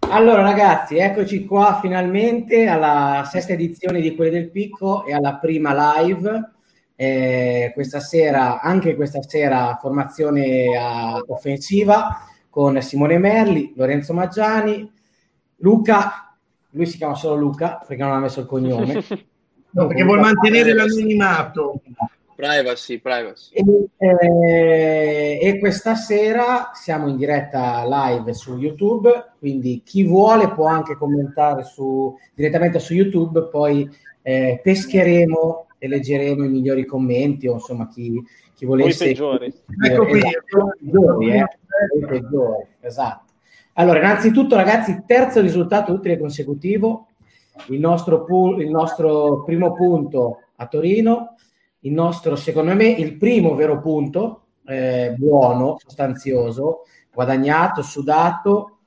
Allora ragazzi, eccoci qua finalmente alla sesta edizione di Quelli del Picco e alla prima live. Anche questa sera, formazione offensiva con Simone Merli, Lorenzo Maggiani, Luca, lui si chiama solo Luca perché non ha messo il cognome. No, perché vuol mantenere l'anonimato. Privacy. E questa sera siamo in diretta live su YouTube, quindi chi vuole può anche commentare direttamente su YouTube, poi pescheremo e leggeremo i migliori commenti o insomma chi volesse. I peggiori. Ecco qui. I peggiori, esatto. Allora, innanzitutto ragazzi, terzo risultato utile consecutivo, il nostro primo punto a Torino, secondo me, il primo vero punto, buono, sostanzioso, guadagnato, sudato.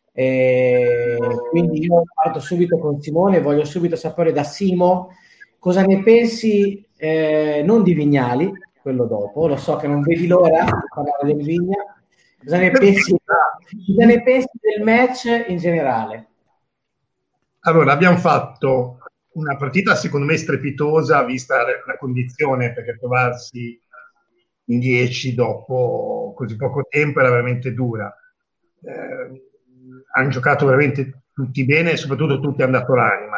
Quindi io parto subito con Simone, voglio subito sapere da Simo cosa ne pensi, non di Vignali, quello dopo, lo so che non vedi l'ora di parlare del Vigna, cosa ne pensi del match in generale? Allora, abbiamo fatto una partita secondo me strepitosa vista la condizione, perché trovarsi in 10 dopo così poco tempo era veramente dura. Hanno giocato veramente tutti bene e soprattutto tutti hanno dato l'anima.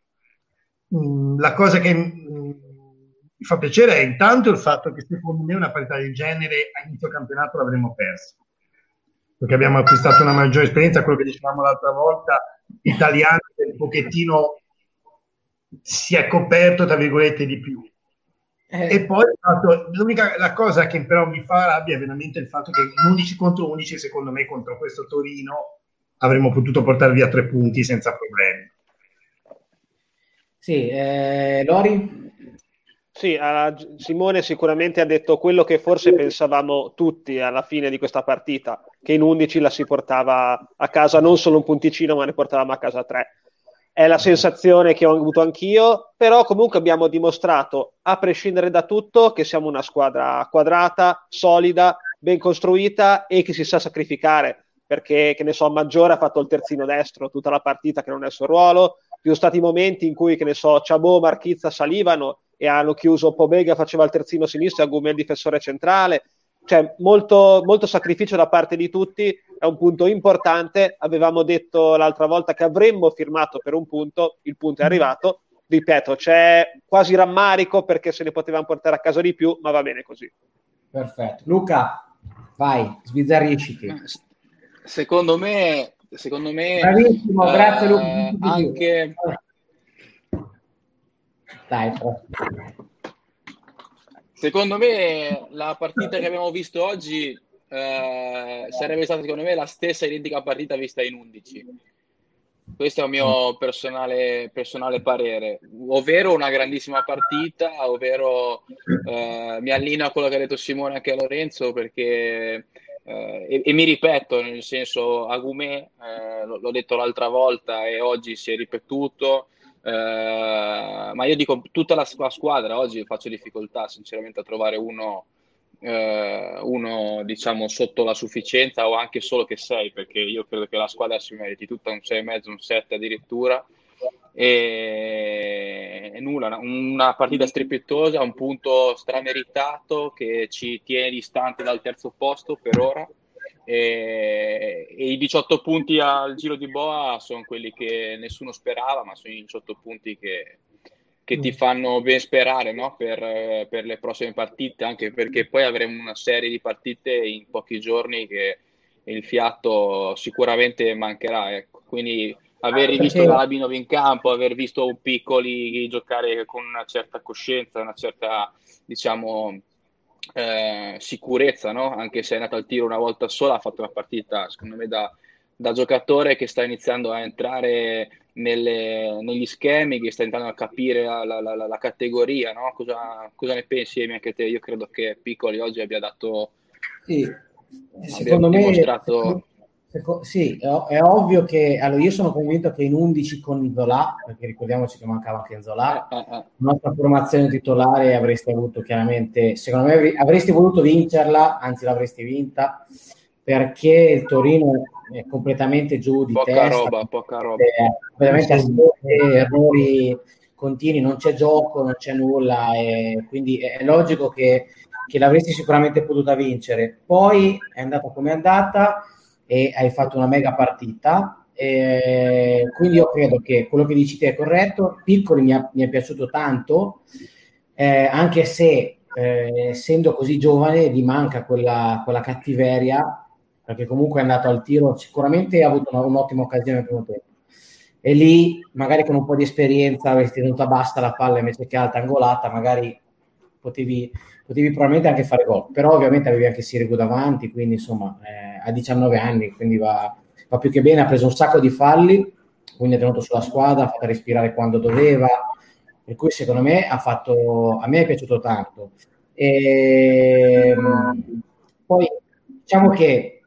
La cosa che mi fa piacere è intanto il fatto che secondo me una partita del genere a inizio campionato l'avremmo persa, perché abbiamo acquistato una maggiore esperienza, quello che dicevamo l'altra volta, italiano un pochettino si è coperto tra virgolette di più. E poi la cosa che però mi fa rabbia è veramente il fatto che in 11 contro 11 secondo me contro questo Torino avremmo potuto portare via 3 punti senza problemi. Sì, Lori? Sì, Simone sicuramente ha detto quello che forse pensavamo tutti alla fine di questa partita, che in 11 la si portava a casa non solo un punticino, ma ne portavamo a casa 3. È la sensazione che ho avuto anch'io, però comunque abbiamo dimostrato, a prescindere da tutto, che siamo una squadra quadrata, solida, ben costruita e che si sa sacrificare, perché, che ne so, Maggiore ha fatto il terzino destro tutta la partita che non è il suo ruolo, ci sono stati momenti in cui, che ne so, Ciabò, Marchizza salivano e hanno chiuso Pobega, faceva il terzino sinistro e Agumè il difensore centrale. Cioè molto, molto sacrificio da parte di tutti, è un punto importante. Avevamo detto l'altra volta che avremmo firmato per un punto, il punto è arrivato, ripeto, c'è quasi rammarico perché se ne potevamo portare a casa di più, ma va bene così. Perfetto. Luca, vai, sbizzarrisciti. Secondo me bravissimo, grazie Luca. anche Dai, secondo me la partita che abbiamo visto oggi sarebbe stata secondo me la stessa identica partita vista in 11. Questo è un mio personale parere, ovvero una grandissima partita, ovvero mi allineo a quello che ha detto Simone anche a Lorenzo, perché e mi ripeto, nel senso Agumè, l'ho detto l'altra volta e oggi si è ripetuto, ma io dico tutta la squadra oggi faccio difficoltà sinceramente a trovare uno diciamo sotto la sufficienza o anche solo che 6, perché io credo che la squadra si meriti tutta un 6,5, un 7 addirittura, e nulla, una partita strepitosa, un punto strameritato che ci tiene distante dal terzo posto per ora, e i 18 punti al Giro di Boa sono quelli che nessuno sperava, ma sono i 18 punti che ti fanno ben sperare, no? per le prossime partite, anche perché poi avremo una serie di partite in pochi giorni che il fiato sicuramente mancherà, ecco. Quindi aver rivisto Galabinov in campo, aver visto Piccoli giocare con una certa coscienza, una certa, diciamo, sicurezza, no? Anche se è andato al tiro una volta sola, ha fatto una partita secondo me da giocatore che sta iniziando a entrare negli schemi, che sta entrando a capire la categoria, no? Cosa ne pensi, Emi, anche te? Io credo che Piccoli oggi abbia dato, secondo me dimostrato... Sì, è ovvio che allora io sono convinto che in 11 con Zola, perché ricordiamoci che mancava anche Zola, la nostra formazione titolare avreste avuto chiaramente, secondo me avresti voluto vincerla, anzi l'avresti vinta, perché il Torino è completamente giù di poca testa, poca roba. veramente errori continui, non c'è gioco, non c'è nulla, e quindi è logico che l'avresti sicuramente potuta vincere. Poi è andata come è andata e hai fatto una mega partita, quindi io credo che quello che dici te è corretto. Piccoli mi è piaciuto tanto, anche se essendo così giovane gli manca quella cattiveria, perché comunque è andato al tiro, sicuramente ha avuto un'ottima occasione nel primo tempo, e lì magari con un po' di esperienza avresti tenuta bassa la palla invece che alta angolata, magari potevi probabilmente anche fare gol, però ovviamente avevi anche Sirigu davanti, quindi insomma ha 19 anni, quindi va più che bene, ha preso un sacco di falli, quindi ha tenuto sulla squadra, ha fatto respirare quando doveva, per cui secondo me a me è piaciuto tanto. Poi diciamo che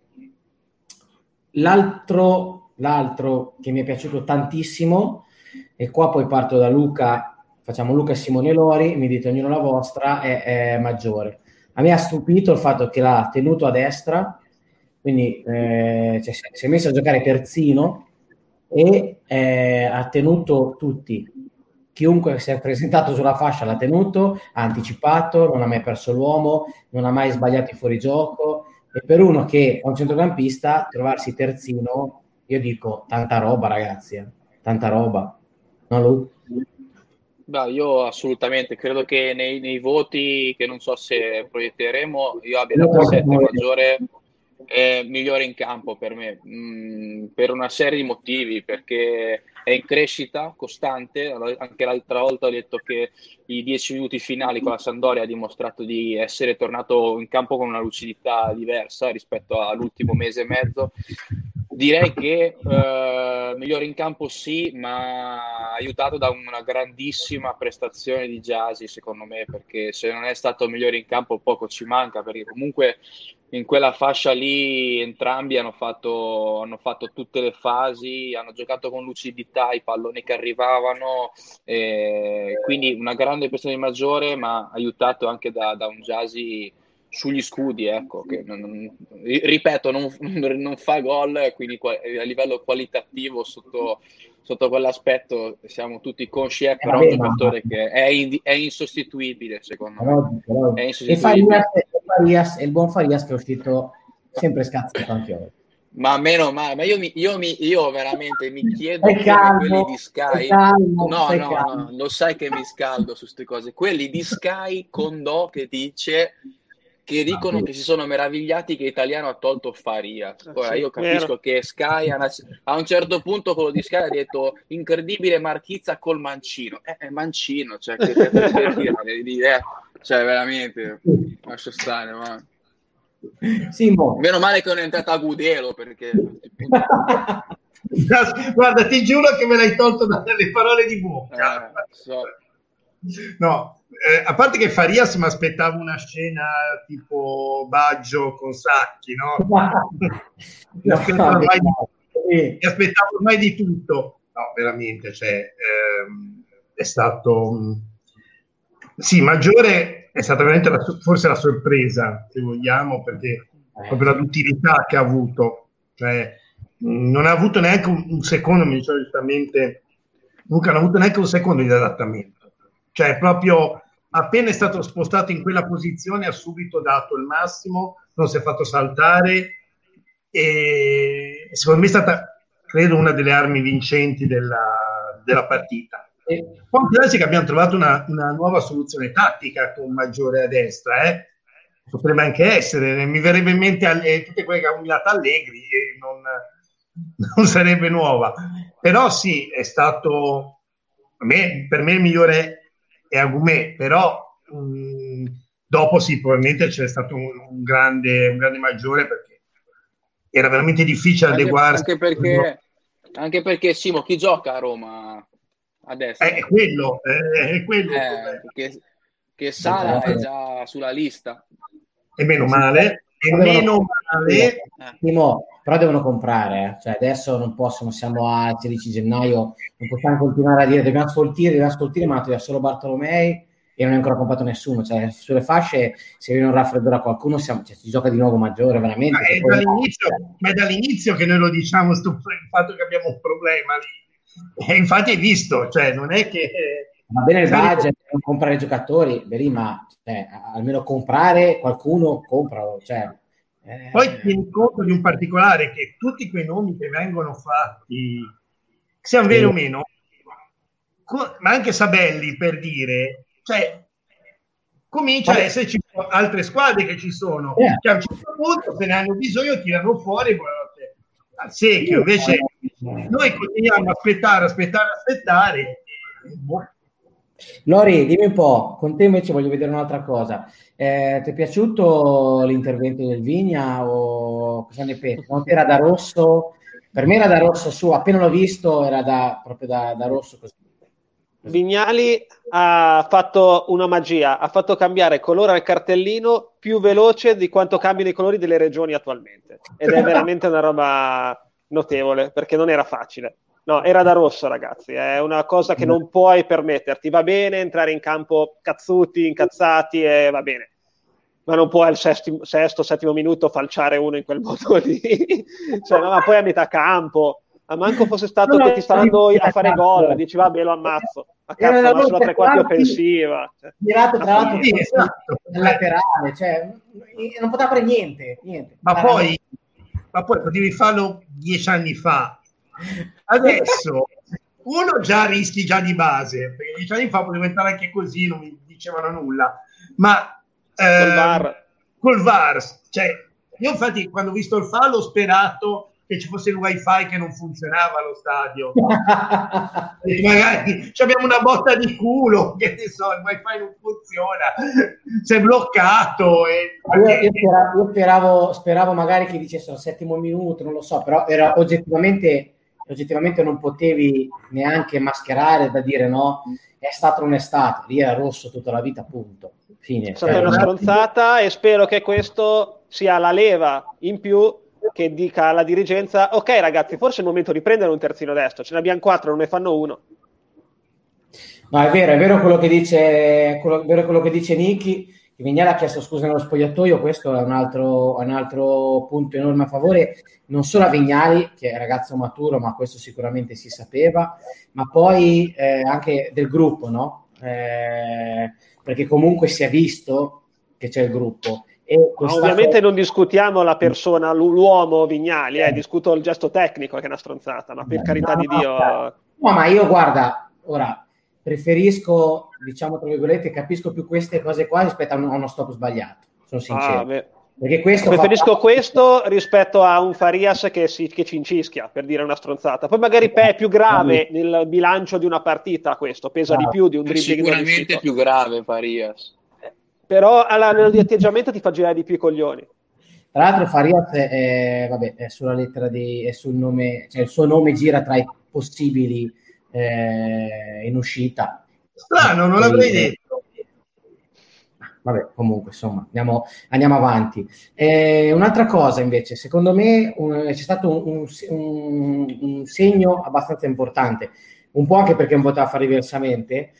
l'altro che mi è piaciuto tantissimo, e qua poi parto da Luca, facciamo Luca e Simone Lori, mi dite ognuno la vostra, è Maggiore. A me ha stupito il fatto che l'ha tenuto a destra, quindi si è messo a giocare terzino e ha tenuto tutti. Chiunque si è presentato sulla fascia l'ha tenuto, ha anticipato, non ha mai perso l'uomo, non ha mai sbagliato i fuorigioco, e per uno che è un centrocampista trovarsi terzino, io dico tanta roba, ragazzi, tanta roba. No, Lu? Beh, io assolutamente credo che nei voti, che non so se proietteremo, io abbia dato 7 Maggiore migliore in campo per me, per una serie di motivi, perché è in crescita costante. Anche l'altra volta ho detto che i 10 minuti finali con la Sampdoria ha dimostrato di essere tornato in campo con una lucidità diversa rispetto all'ultimo mese e mezzo. Direi che migliore in campo sì, ma aiutato da una grandissima prestazione di Gyasi, secondo me, perché se non è stato migliore in campo poco ci manca, perché comunque in quella fascia lì entrambi hanno fatto tutte le fasi, hanno giocato con lucidità i palloni che arrivavano, quindi una grande prestazione di Maggiore, ma aiutato anche da un Gyasi sugli scudi, ecco, che ripeto, non fa gol, quindi a livello qualitativo sotto quell'aspetto siamo tutti consci, però è un giocatore che è insostituibile, secondo me. È insostituibile. E il buon Farias che è uscito sempre scazzato anche oggi. Ma meno male, ma io veramente mi chiedo quelli di Sky. No, lo sai che mi scaldo su queste cose. Quelli di Sky Condò che dicono che si sono meravigliati che Italiano ha tolto Farias. Ora io capisco che Sky a un certo punto quello di Sky ha detto incredibile Marchizza col mancino. Mancino, cioè che cioè veramente lascio stare, ma meno male che non è entrata a Gudelo, perché guarda, ti giuro che me l'hai tolto dalle parole di bocca. No, a parte che Farias mi aspettavo una scena tipo Baggio con Sacchi, no? Mi aspettavo ormai di tutto. No, veramente, cioè, è stato... Sì, Maggiore è stata veramente forse la sorpresa, se vogliamo, perché proprio l'utilità che ha avuto. Cioè, non ha avuto neanche un secondo, mi dicevo giustamente, Luca, non ha avuto neanche un secondo di adattamento. Cioè, proprio appena è stato spostato in quella posizione ha subito dato il massimo, non si è fatto saltare, e secondo me è stata, credo, una delle armi vincenti della partita. Poi pensi che abbiamo trovato una nuova soluzione tattica con Maggiore a destra, potrebbe anche essere, mi verrebbe in mente tutte quelle che ha combinato Allegri e non sarebbe nuova, però sì, è stato per me il migliore è Agumè, però dopo sì, probabilmente c'è stato un grande Maggiore, perché era veramente difficile adeguarsi. Anche perché Simo, chi gioca a Roma adesso? È quello che Sala è già sulla lista. E meno male. Simo, però devono comprare, cioè adesso non possono, siamo al 16 gennaio, non possiamo continuare a dire dobbiamo sfoltire, ma la tovia solo Bartolomei e non è ancora comprato nessuno, cioè sulle fasce se viene un raffreddore a qualcuno si gioca di nuovo Maggiore veramente. Ma è dall'inizio che noi lo diciamo, il fatto che abbiamo un problema lì, e infatti hai visto, cioè non è che va bene il budget, non comprare giocatori, ma almeno comprare qualcuno, compralo, cioè. Poi tieni conto di un particolare, che tutti quei nomi che vengono fatti, siano veri o meno, ma anche Sabelli, per dire, cioè comincia a esserci altre squadre che ci sono, che a un certo punto, se ne hanno bisogno, tirano fuori al secchio. Invece noi continuiamo a aspettare. Lori, dimmi un po', con te invece voglio vedere un'altra cosa. Ti è piaciuto l'intervento del Vigna o cosa ne pensi? Non era da rosso? Per me era da rosso su, appena l'ho visto era proprio da rosso così. Vignali ha fatto una magia, ha fatto cambiare colore al cartellino più veloce di quanto cambino i colori delle regioni attualmente, ed è veramente una roba notevole, perché non era facile. No, era da rosso, ragazzi, è una cosa che non puoi permetterti. Va bene entrare in campo cazzuti, incazzati, e va bene, ma non puoi al sesto, settimo minuto falciare uno in quel modo lì. Cioè, no, ma poi a metà campo, a manco fosse stato che ti stavano a fare gol, dici vabbè lo ammazzo, a cazzo, ma sulla tre quarti offensiva. Tirato tra l'altro nel laterale, cioè non poteva fare niente. Ma poi potevi farlo 10 anni fa. Adesso uno già rischi già di base, perché 10 anni fa poteva entrare anche così, non mi dicevano nulla, ma col VAR, cioè io infatti quando ho visto il fallo ho sperato che ci fosse il wifi, che non funzionava allo stadio. Magari abbiamo una botta di culo, che ne so, il wifi non funziona, si è bloccato. Io speravo magari che dicessero al settimo minuto, non lo so, però era oggettivamente non potevi neanche mascherare da dire no, è stato non è stato, lì era rosso tutta la vita, punto. Fine. È stata una stronzata, e spero che questo sia la leva in più che dica alla dirigenza: ok ragazzi, forse è il momento di prendere un terzino destro, ce ne abbiamo 4, non ne fanno uno. No, è vero quello che dice Nicky, che Vignali ha chiesto scusa nello spogliatoio. Questo è un altro punto enorme a favore, non solo a Vignali, che è ragazzo maturo, ma questo sicuramente si sapeva, ma poi anche del gruppo, no? Perché comunque si è visto che c'è il gruppo. Ovviamente non discutiamo la persona, l'uomo Vignali, discuto il gesto tecnico, che è una stronzata, ma per carità di Dio. No, ma io guarda, ora preferisco, diciamo tra virgolette, capisco più queste cose qua rispetto a uno stop sbagliato, sono sincero. Perché preferisco questo rispetto a un Farias che ci incischia, per dire una stronzata. Poi magari è più grave nel bilancio di una partita, questo pesa di più di un dribbling. Sicuramente più grave Farias. Però di atteggiamento ti fa girare di più i coglioni. Tra l'altro Farias è sulla lettera è sul nome, cioè il suo nome gira tra i possibili in uscita. Strano, non l'avrei detto. Vabbè, comunque insomma andiamo avanti. Un'altra cosa invece, secondo me c'è stato un segno abbastanza importante, un po' anche perché non poteva fare diversamente,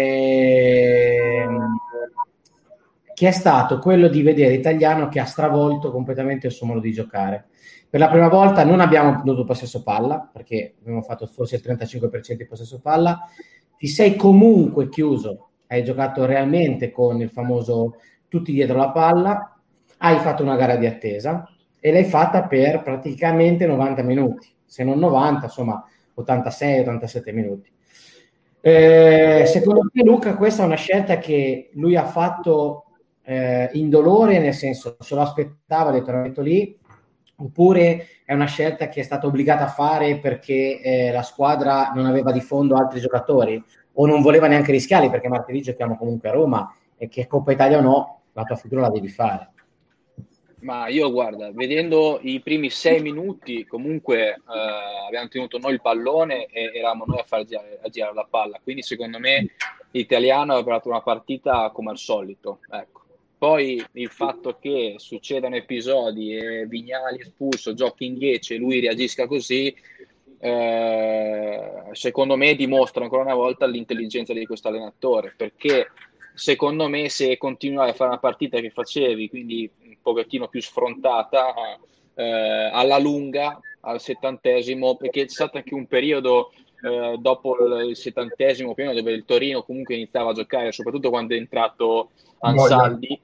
che è stato quello di vedere Italiano che ha stravolto completamente il suo modo di giocare. Per la prima volta non abbiamo dovuto possesso palla, perché abbiamo fatto forse il 35% di possesso palla, ti sei comunque chiuso, hai giocato realmente con il famoso tutti dietro la palla, hai fatto una gara di attesa e l'hai fatta per praticamente 90 minuti, se non 90, insomma 86-87 minuti. Secondo me Luca questa è una scelta che lui ha fatto indolore, nel senso se lo aspettava, ha detto la metto lì, oppure è una scelta che è stata obbligata a fare perché la squadra non aveva di fondo altri giocatori o non voleva neanche rischiarli, perché martedì giochiamo comunque a Roma e che Coppa Italia o no, la tua figura la devi fare. Ma io guarda, vedendo i primi 6 minuti comunque abbiamo tenuto noi il pallone e eravamo noi a girare la palla, quindi secondo me l'Italiano ha fatto una partita come al solito, ecco. Poi il fatto che succedano episodi e Vignali espulso, giochi in 10 e lui reagisca così, secondo me dimostra ancora una volta l'intelligenza di questo allenatore, perché secondo me se continuavi a fare una partita che facevi, quindi un pochettino più sfrontata, alla lunga, al 70°, perché c'è stato anche un periodo dopo il 70° più o meno, dove il Torino comunque iniziava a giocare, soprattutto quando è entrato Ansaldi,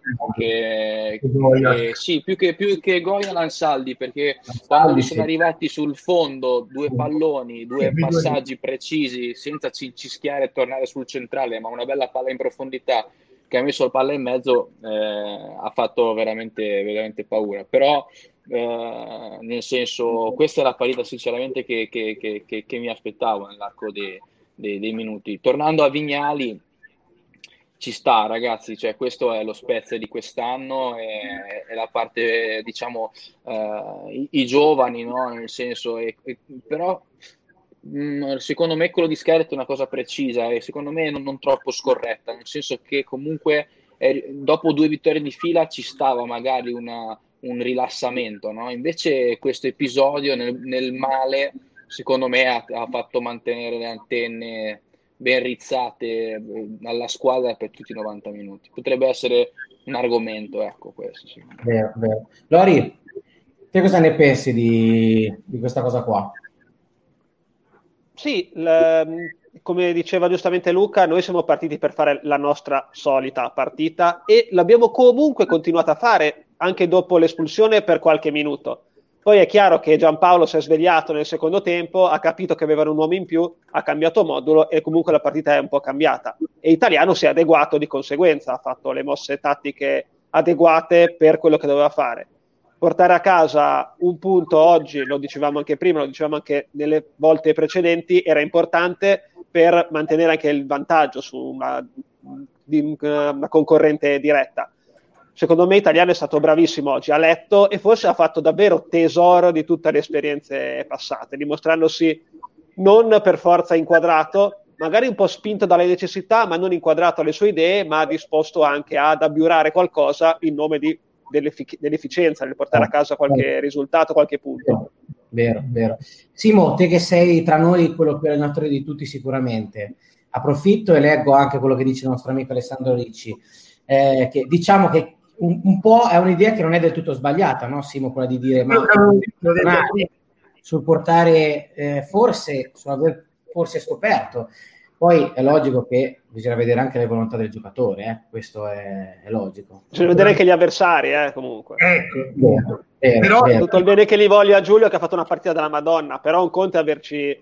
sì, più che Goyan, Ansaldi, perché quando gli sono arrivati sul fondo due palloni, due passaggi precisi senza cischiare e tornare sul centrale, ma una bella palla in profondità che ha messo il palla in mezzo, ha fatto veramente, veramente paura. Però nel senso, questa è la partita sinceramente che mi aspettavo nell'arco dei minuti. Tornando a Vignali, ci sta, ragazzi, cioè questo è lo Spezia di quest'anno, è la parte, diciamo, i giovani, no? Nel senso, però secondo me quello di Skerret è una cosa precisa e secondo me non troppo scorretta, nel senso che comunque dopo 2 vittorie di fila ci stava magari un rilassamento, no? Invece questo episodio nel male, secondo me, ha fatto mantenere le antenne ben rizzate alla squadra per tutti i 90 minuti. Potrebbe essere un argomento, ecco, questo. Sì. Vero, vero. Lori, te cosa ne pensi di questa cosa qua? Sì, come diceva giustamente Luca, noi siamo partiti per fare la nostra solita partita e l'abbiamo comunque continuata a fare anche dopo l'espulsione per qualche minuto. Poi è chiaro che Giampaolo si è svegliato nel secondo tempo, ha capito che avevano un uomo in più, ha cambiato modulo e comunque la partita è un po' cambiata. E Italiano si è adeguato di conseguenza, ha fatto le mosse tattiche adeguate per quello che doveva fare. Portare a casa un punto oggi, lo dicevamo anche prima, lo dicevamo anche nelle volte precedenti, era importante per mantenere anche il vantaggio su una concorrente diretta. Secondo me Italiano è stato bravissimo oggi, ha letto e forse ha fatto davvero tesoro di tutte le esperienze passate, dimostrandosi non per forza inquadrato, magari un po' spinto dalle necessità, ma non inquadrato alle sue idee, ma disposto anche ad abiurare qualcosa in nome dell'efficienza, nel portare a casa qualche risultato, qualche punto. Vero, vero. Simo, te che sei tra noi quello più allenatore di tutti sicuramente, approfitto e leggo anche quello che dice il nostro amico Alessandro Ricci, che diciamo che un po' è un'idea che non è del tutto sbagliata, no Simo, quella di dire sul portare forse scoperto. Poi è logico che bisogna vedere anche le volontà del giocatore, questo è logico. Bisogna vedere anche gli avversari, comunque. Vero. Però tutto il bene che li voglio a Giulio, che ha fatto una partita della Madonna, però un conto è averci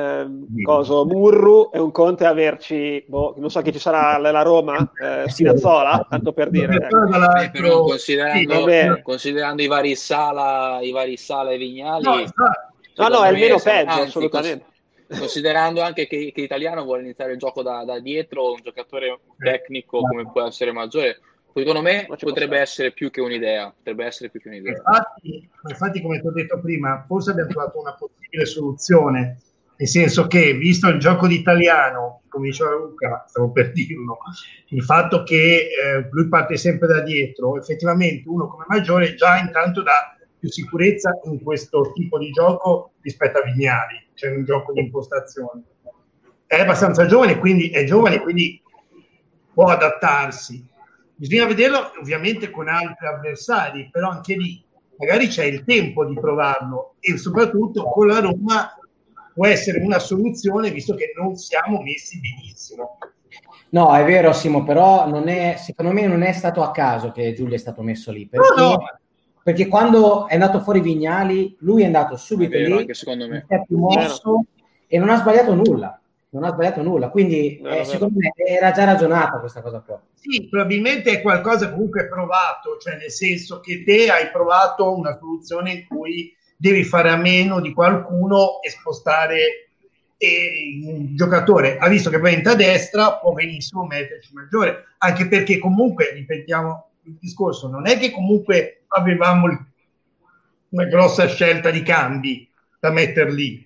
Murru e un conto è averci non so chi ci sarà alla Roma, Spinazzola, tanto per dire. Però considerando i vari Sala e Vignali, no, è il meno peggio, assolutamente. Considerando anche che Italiano vuole iniziare il gioco da dietro, un giocatore tecnico come può essere Maggiore, secondo me potrebbe essere più che un'idea. Infatti, come ti ho detto prima, forse abbiamo trovato una possibile soluzione, nel senso che, visto il gioco di Italiano, come diceva Luca, stavo per dirlo, il fatto che lui parte sempre da dietro, effettivamente uno come Maggiore già intanto dà più sicurezza in questo tipo di gioco rispetto a Vignali, cioè un gioco di impostazione. È abbastanza giovane, quindi può adattarsi. Bisogna vederlo ovviamente con altri avversari, però anche lì magari c'è il tempo di provarlo e soprattutto con la Roma può essere una soluzione, visto che non siamo messi benissimo. No, è vero Simo, però secondo me non è stato a caso che Giulio è stato messo lì, perché quando è andato fuori Vignali, lui è andato subito lì, anche secondo me. è più mosso e non ha sbagliato nulla, quindi secondo me era già ragionata questa cosa qua. Sì, probabilmente è qualcosa comunque provato, cioè nel senso che te hai provato una soluzione in cui devi fare a meno di qualcuno e spostare il giocatore. Ha visto che va a destra, può benissimo metterci Maggiore, anche perché comunque, ripetiamo il discorso, non è che comunque avevamo una grossa scelta di cambi da mettere lì.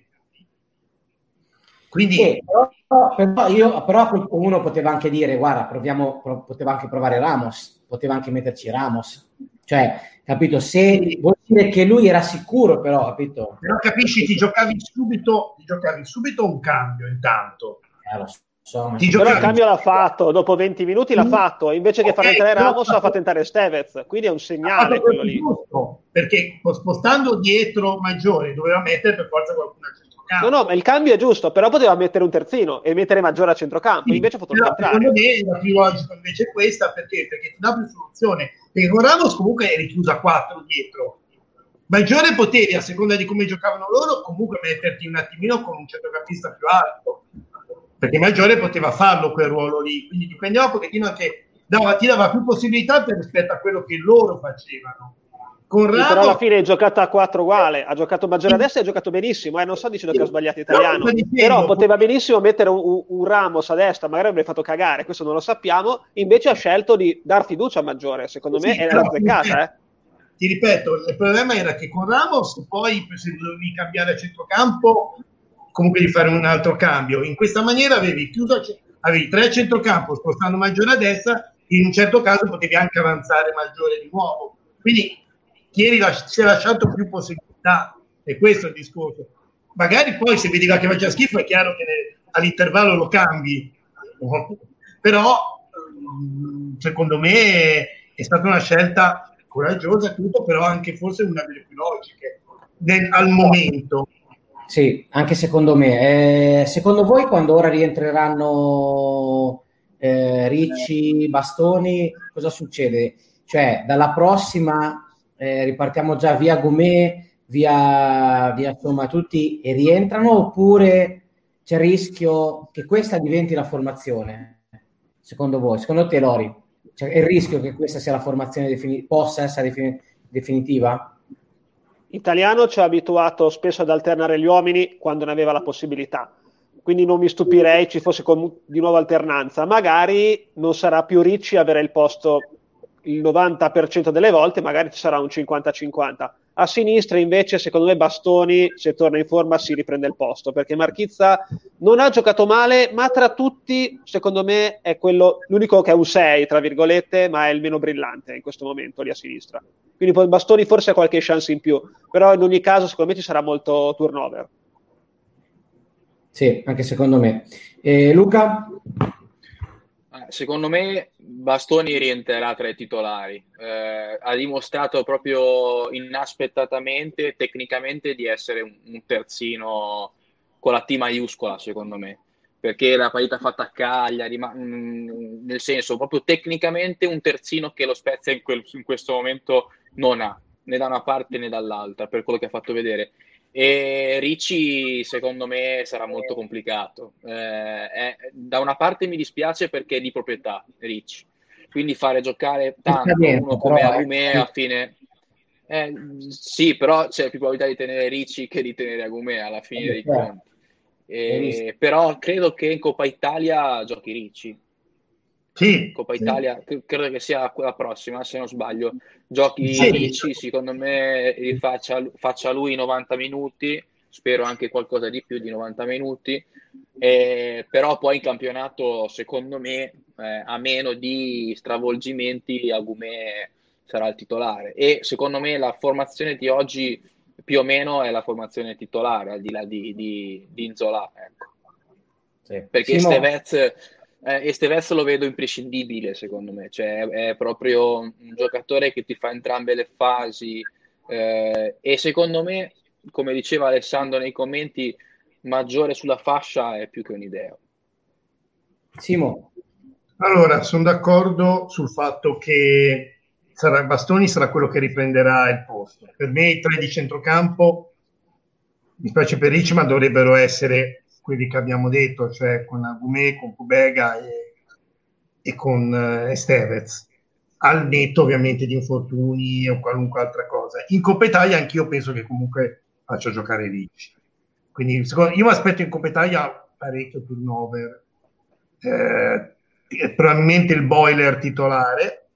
Quindi però uno poteva anche dire guarda, poteva anche provare Ramos, poteva anche metterci Ramos, cioè, capito, se vuol dire che lui era sicuro, però, capito? Però capisci, ti giocavi subito un cambio intanto. Però il cambio l'ha fatto, dopo 20 minuti l'ha fatto, invece che far entrare Ramos ha fatto entrare Stevez, quindi è un segnale quello lì. Giusto, perché spostando dietro Maggiore doveva mettere per forza qualcuno a centrocampo. No, ma il cambio è giusto, però poteva mettere un terzino e mettere Maggiore a centrocampo, Sì, invece poteva entrare. Secondo me la più logica invece è questa, perché ti dà più soluzione, perché con Ramos comunque eri chiusa a 4 dietro. Maggiore potevi, a seconda di come giocavano loro, comunque metterti un attimino con un centrocampista più alto, perché Maggiore poteva farlo quel ruolo lì, quindi dipendeva un pochettino anche, ti dava più possibilità rispetto a quello che loro facevano. Con Ramos, però alla fine è giocata a 4 uguale, ha giocato Maggiore a destra e ha giocato benissimo, non sto dicendo che ho sbagliato italiano, però poteva benissimo mettere un Ramos a destra, magari avrebbe fatto cagare, questo non lo sappiamo, invece ha scelto di dar fiducia a Maggiore, secondo me è azzeccata. Ti ripeto, il problema era che con Ramos poi se dovevi cambiare a centrocampo, comunque di fare un altro cambio. In questa maniera avevi 3 a centrocampo, spostando Maggiore a destra, in un certo caso potevi anche avanzare Maggiore di nuovo. Quindi si è lasciato più possibilità, e questo è il discorso. Magari poi se vediva che faceva schifo è chiaro che all'intervallo lo cambi, però secondo me è stata una scelta coraggiosa, tutto, però anche forse una delle più logiche al momento. Sì, anche secondo me. Secondo voi quando ora rientreranno Ricci, Bastoni, cosa succede? Cioè, dalla prossima ripartiamo già via Gomè, via insomma tutti e rientrano, oppure c'è il rischio che questa diventi la formazione? Secondo voi? Secondo te, Lori? Cioè, è il rischio che questa sia la formazione possa essere definitiva? Italiano ci ha abituato spesso ad alternare gli uomini quando ne aveva la possibilità, quindi non mi stupirei ci fosse di nuovo alternanza. Magari non sarà più Ricci avere il posto il 90% delle volte, magari ci sarà un 50-50. A sinistra invece secondo me Bastoni, se torna in forma, si riprende il posto, perché Marchizza non ha giocato male, ma tra tutti secondo me è l'unico che è un 6 tra virgolette, ma è il meno brillante in questo momento lì a sinistra, quindi poi Bastoni forse ha qualche chance in più, però in ogni caso secondo me ci sarà molto turnover. Sì, anche secondo me. Luca? Secondo me Bastoni rientrerà tra i titolari, ha dimostrato proprio inaspettatamente, tecnicamente, di essere un terzino con la T maiuscola, secondo me, perché la partita fatta a Cagliari, nel senso proprio tecnicamente un terzino che lo Spezia in questo momento non ha, né da una parte né dall'altra, per quello che ha fatto vedere. E Ricci secondo me sarà molto complicato, da una parte mi dispiace perché è di proprietà Ricci, quindi fare giocare tanto uno come Agumè a fine sì, però c'è più probabilità di tenere Ricci che di tenere Agumè alla fine dei conti, però credo che in Coppa Italia giochi Ricci. Sì, Coppa Italia, credo che sia quella prossima, se non sbaglio. Giochi Ricci, secondo me faccia lui 90 minuti, spero anche qualcosa di più di 90 minuti, però poi in campionato, secondo me, a meno di stravolgimenti, Agumè sarà il titolare. E secondo me la formazione di oggi più o meno è la formazione titolare, al di là di Nzola, ecco. Sì. Perché Estevez lo vedo imprescindibile, secondo me, cioè è proprio un giocatore che ti fa entrambe le fasi, e secondo me, come diceva Alessandro nei commenti, Maggiore sulla fascia è più che un'idea. Simo? Allora, sono d'accordo sul fatto che Bastoni sarà quello che riprenderà il posto. Per me i 3 di centrocampo, mi spiace per Ricci, ma dovrebbero essere quelli che abbiamo detto, cioè con Agumè, con Kubega e con Estevez, al netto ovviamente di infortuni o qualunque altra cosa. In Coppa Italia anch'io penso che comunque faccia giocare Ricci, quindi io mi aspetto in Coppa Italia parecchio turnover, probabilmente il boiler titolare,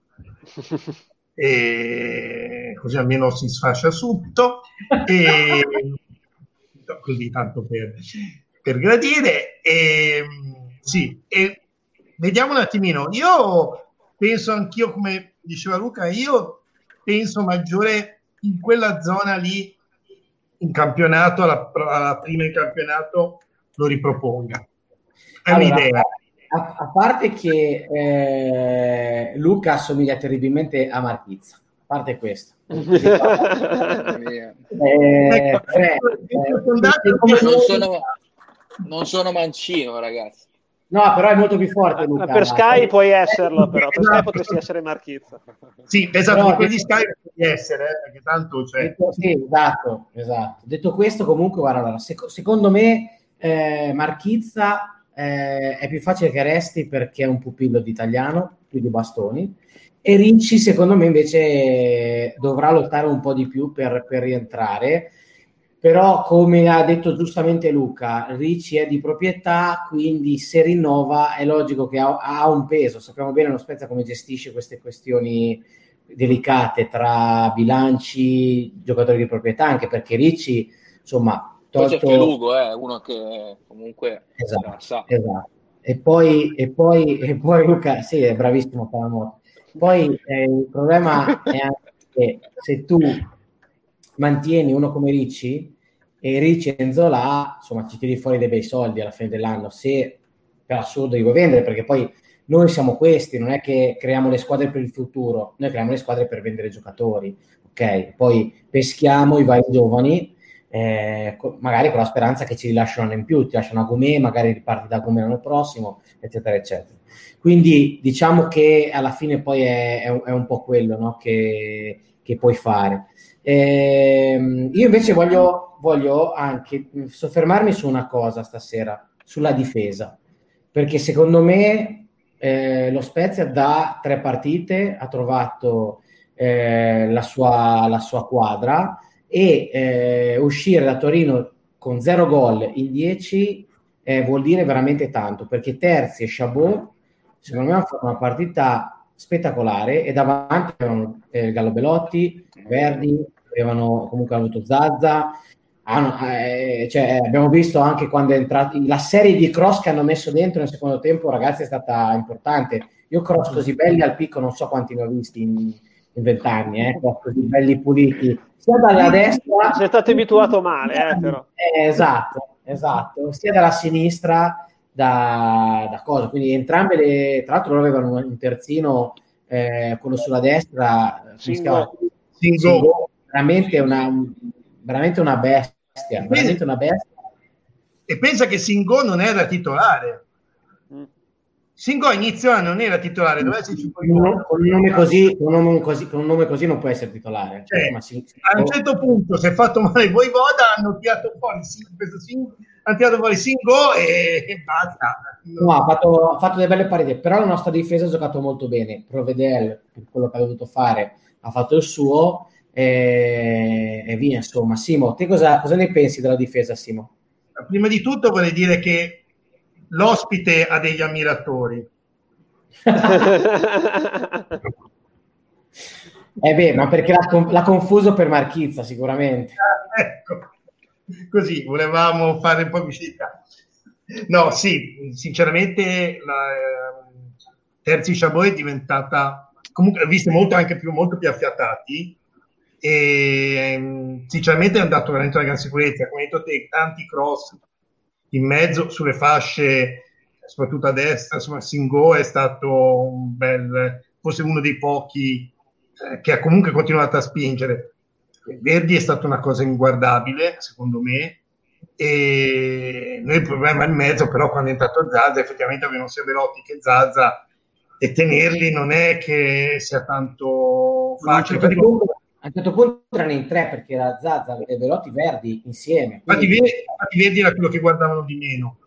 e così almeno si sfascia subito, e così tanto per gradire, sì, e vediamo un attimino. Io penso anch'io, come diceva Luca, io penso Maggiore in quella zona lì in campionato, alla prima in campionato lo riproponga. È un'idea. A parte che Luca assomiglia terribilmente a Marchizza, a parte questo. Non sono mancino, ragazzi. No, però è molto più forte Luca. Per Sky puoi esserlo, però per Sky potresti essere Marchizza. Sì, esatto, per quelli di Sky puoi essere, perché tanto c'è. Sì, esatto. Detto questo, comunque, guarda, allora, secondo me Marchizza è più facile che resti perché è un pupillo di Italiano, più di Bastoni, e Ricci, secondo me, invece dovrà lottare un po' di più per rientrare. Però, come ha detto giustamente Luca, Ricci è di proprietà, quindi se rinnova è logico che ha un peso. Sappiamo bene lo Spezia come gestisce queste questioni delicate tra bilanci, giocatori di proprietà, anche perché Ricci, insomma, poi c'è Felugo, uno che comunque sa. Esatto. E poi Luca, sì, è bravissimo per l'amore. Poi il problema è anche che se tu mantieni uno come Ricci e Ricci e Nzola, insomma, ci tiri fuori dei bei soldi alla fine dell'anno, se per assurdo li vuoi vendere, perché poi noi siamo questi, non è che creiamo le squadre per il futuro, noi creiamo le squadre per vendere giocatori, ok? Poi peschiamo i vari giovani, magari con la speranza che ci rilasciano un anno in più, ti lasciano a Gomè, magari riparti da Gomè l'anno prossimo, eccetera, eccetera. Quindi diciamo che alla fine poi è un po' quello, no? che puoi fare. Io invece voglio anche soffermarmi su una cosa stasera, sulla difesa, perché secondo me lo Spezia da 3 partite ha trovato la sua quadra, e uscire da Torino con 0 gol in 10 vuol dire veramente tanto, perché Terzi e Chabot secondo me hanno fatto una partita spettacolare, e davanti avevano Gallo Belotti, Verdi, avevano comunque avuto Zazza, abbiamo visto anche quando è entrato la serie di cross che hanno messo dentro nel secondo tempo, ragazzi, è stata importante. Io cross così belli al picco non so quanti ne ho visti in 20 anni, così belli puliti, sia dalla destra, sei stato abituato male, però. Esatto, sia dalla sinistra, da cosa, quindi entrambe tra l'altro loro avevano un terzino, quello sulla destra, Singo. Veramente una bestia, veramente una bestia. E pensa che Singo non era titolare. Singo inizio anno non era titolare, doveva esserci con un nome così non può essere titolare. A un certo punto si è fatto male Voivoda, hanno tirato fuori Singo e basta. No, ha fatto delle belle partite, però la nostra difesa ha giocato molto bene. Provedel, per quello che ha dovuto fare, ha fatto il suo e via, insomma. Simo, te cosa ne pensi della difesa, Simo? Prima di tutto vorrei dire che l'ospite ha degli ammiratori. Ma perché l'ha confuso per Marchizza, sicuramente. Ecco, così volevamo fare un po' pubblicità. No, sì, sinceramente Terzi Chabot è diventata, comunque viste molto più affiatati, e sinceramente è andato veramente una gran sicurezza, come hai detto te, tanti cross in mezzo sulle fasce, soprattutto a destra. Insomma, Singo è stato forse uno dei pochi che ha comunque continuato a spingere. Verdi è stata una cosa inguardabile, secondo me, e noi il problema è in mezzo, però quando è entrato Zazza effettivamente avevano sia Belotti che Zazza, e tenerli non è che sia tanto facile. A un certo punto erano in 3, perché era Zazza e Belotti, Verdi insieme. Infatti Verdi era quello che guardavano di meno,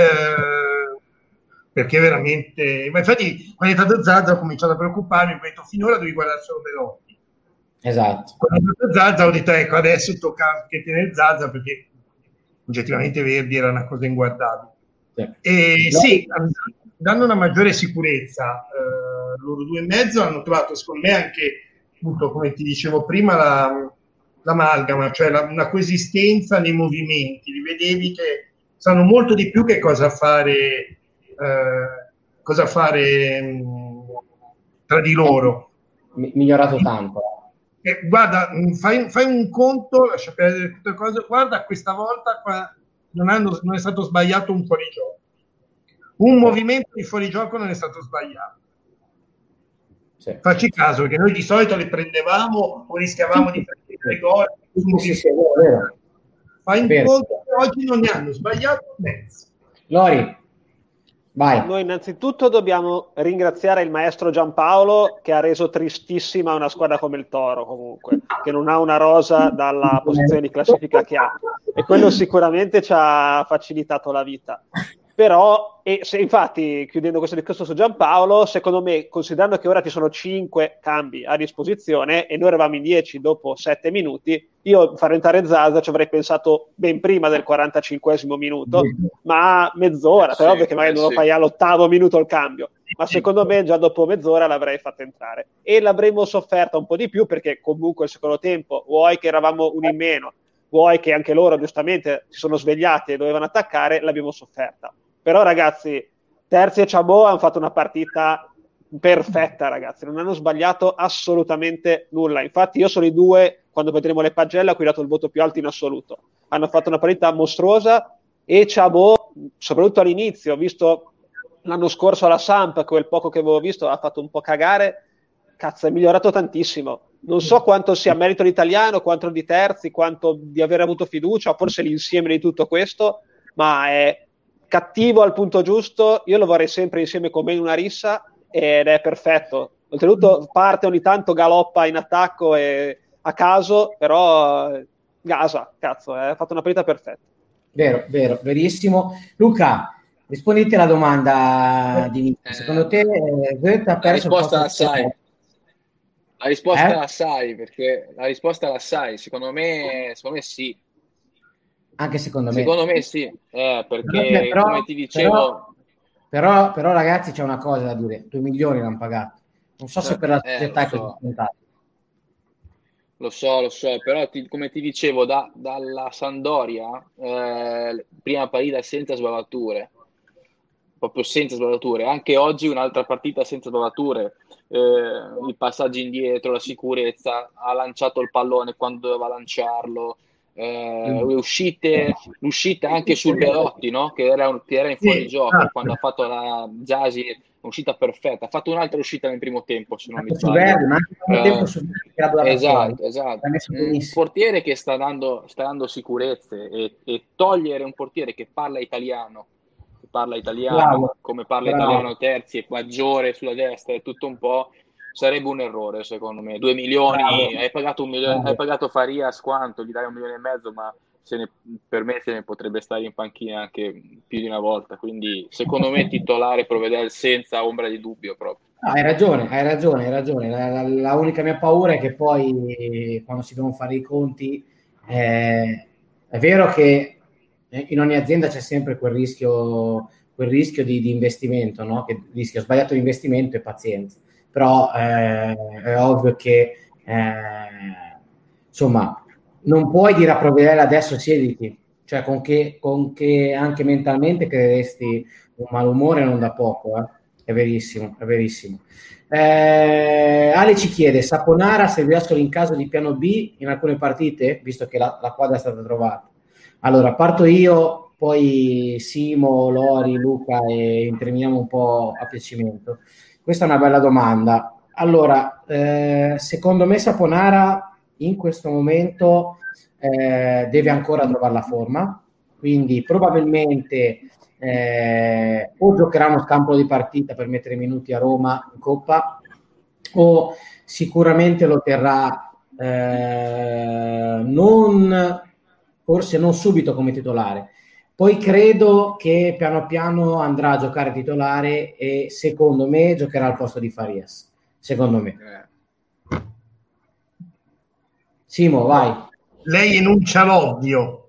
perché veramente, ma infatti quando è entrato Zazza ho cominciato a preoccuparmi, ho detto finora devi guardare solo Belotti. Esatto. Quando è entrato Zazza ho detto ecco, adesso tocca che tenere Zazza, perché oggettivamente Verdi era una cosa inguardabile. Sì, danno una maggiore sicurezza, loro due e mezzo hanno trovato secondo me anche, appunto, come ti dicevo prima, l'amalgama, cioè una coesistenza nei movimenti, li vedevi che sanno molto di più che cosa fare tra di loro. Migliorato tanto. Guarda, fai un conto, lascia perdere tutte le cose, guarda, questa volta qua non è stato sbagliato un fuorigioco. Un movimento di fuorigioco non è stato sbagliato. Sì. Facci caso, perché noi di solito le prendevamo o rischiavamo di prendere gol. Sì, è vero. Fa in conto che oggi non ne hanno sbagliato mezzo. Lori, vai. Noi innanzitutto dobbiamo ringraziare il maestro Giampaolo, che ha reso tristissima una squadra come il Toro, comunque, che non ha una rosa dalla posizione di classifica che ha, e quello sicuramente ci ha facilitato la vita. Però, infatti, chiudendo questo discorso su Giampaolo, secondo me, considerando che ora ci sono 5 cambi a disposizione e noi eravamo in 10 dopo 7 minuti, io far entrare Zaza ci avrei pensato ben prima del 45esimo minuto, ma mezz'ora, però perché magari non lo fai all'8° minuto il cambio, ma secondo me già dopo mezz'ora l'avrei fatto entrare e l'avremmo sofferta un po' di più, perché comunque il secondo tempo, vuoi che eravamo uno in meno, vuoi che anche loro giustamente si sono svegliati e dovevano attaccare, l'abbiamo sofferta. Però ragazzi, Terzi e Chabot hanno fatto una partita perfetta, ragazzi, non hanno sbagliato assolutamente nulla. Infatti io sono i due, quando vedremo le pagelle, a cui ho dato il voto più alto in assoluto. Hanno fatto una partita mostruosa e Chabot, soprattutto all'inizio, visto l'anno scorso alla Samp, quel poco che avevo visto, ha fatto un po' cagare. Cazzo, è migliorato tantissimo. Non so quanto sia merito l'italiano, quanto di Terzi, quanto di aver avuto fiducia, forse l'insieme di tutto questo, ma è cattivo al punto giusto. Io lo vorrei sempre insieme con me in una rissa ed è perfetto. Oltretutto parte ogni tanto, galoppa in attacco e a caso, però gasa, cazzo, ha fatto una partita perfetta. Vero, verissimo. Luca, risponditi alla domanda di Nick. Secondo te Goethe ha perso la risposta la sai? La risposta la sai, perché la risposta la sai, secondo me sì. Anche secondo me. Secondo me sì, perché però, come ti dicevo... Però ragazzi, c'è una cosa da dire, 2 milioni l'hanno pagato. Non so se per la società è così scontato. Lo so, però come ti dicevo, dalla Sampdoria, prima partita senza sbavature, proprio senza sbavature. Anche oggi un'altra partita senza sbavature, i passaggi indietro, la sicurezza, ha lanciato il pallone quando doveva lanciarlo, l'uscita anche sul Belotti, no? che era in fuorigioco, quando ha fatto la Gyasi, un'uscita perfetta. Ha fatto un'altra uscita nel primo tempo, se non mi sbaglio. Esatto. Un portiere che sta dando sicurezze, e togliere un portiere che parla italiano, bravo, come parla italiano Terzi, è maggiore sulla destra e tutto un po', sarebbe un errore secondo me. 2 milioni, bravo. Hai pagato 1 milione, hai pagato Farias quanto? Gli dai 1,5 milioni, ma per me se ne potrebbe stare in panchina anche più di una volta, quindi secondo me titolare Provedel senza ombra di dubbio proprio. No, hai ragione. La unica mia paura è che poi quando si devono fare i conti è vero che in ogni azienda c'è sempre quel rischio di investimento, no? Che rischio sbagliato di investimento e pazienza, però è ovvio che insomma non puoi dire a Provedel adesso siediti, cioè con che anche mentalmente creeresti un malumore non da poco, È verissimo. Ale ci chiede: Saponara servirà solo in caso di piano B in alcune partite, visto che la quadra è stata trovata? Allora, parto io, poi Simo, Lori, Luca e terminiamo un po' a piacimento. Questa è una bella domanda. Allora, secondo me Saponara in questo momento deve ancora trovare la forma, quindi probabilmente o giocherà uno scampolo di partita per mettere minuti a Roma in Coppa, o sicuramente lo terrà forse non subito come titolare. Poi credo che piano piano andrà a giocare titolare e secondo me giocherà al posto di Farias, secondo me. Simo, vai. Lei enuncia l'ovvio.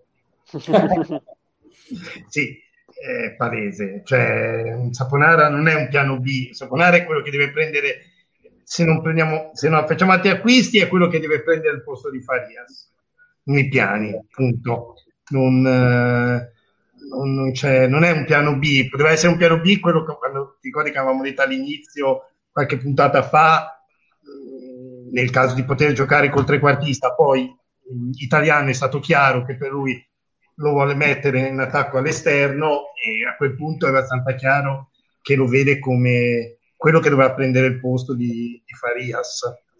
Sì, è palese, cioè Saponara non è un piano B, Saponara è quello che deve prendere, se non facciamo altri acquisti, è quello che deve prendere il posto di Farias nei piani, punto. Non è un piano B, poteva essere un piano B quello che, quando ti ricordi che avevamo detto all'inizio, qualche puntata fa, nel caso di poter giocare col trequartista. Poi italiano è stato chiaro che per lui lo vuole mettere in attacco all'esterno, e a quel punto è abbastanza chiaro che lo vede come quello che dovrà prendere il posto di Farias.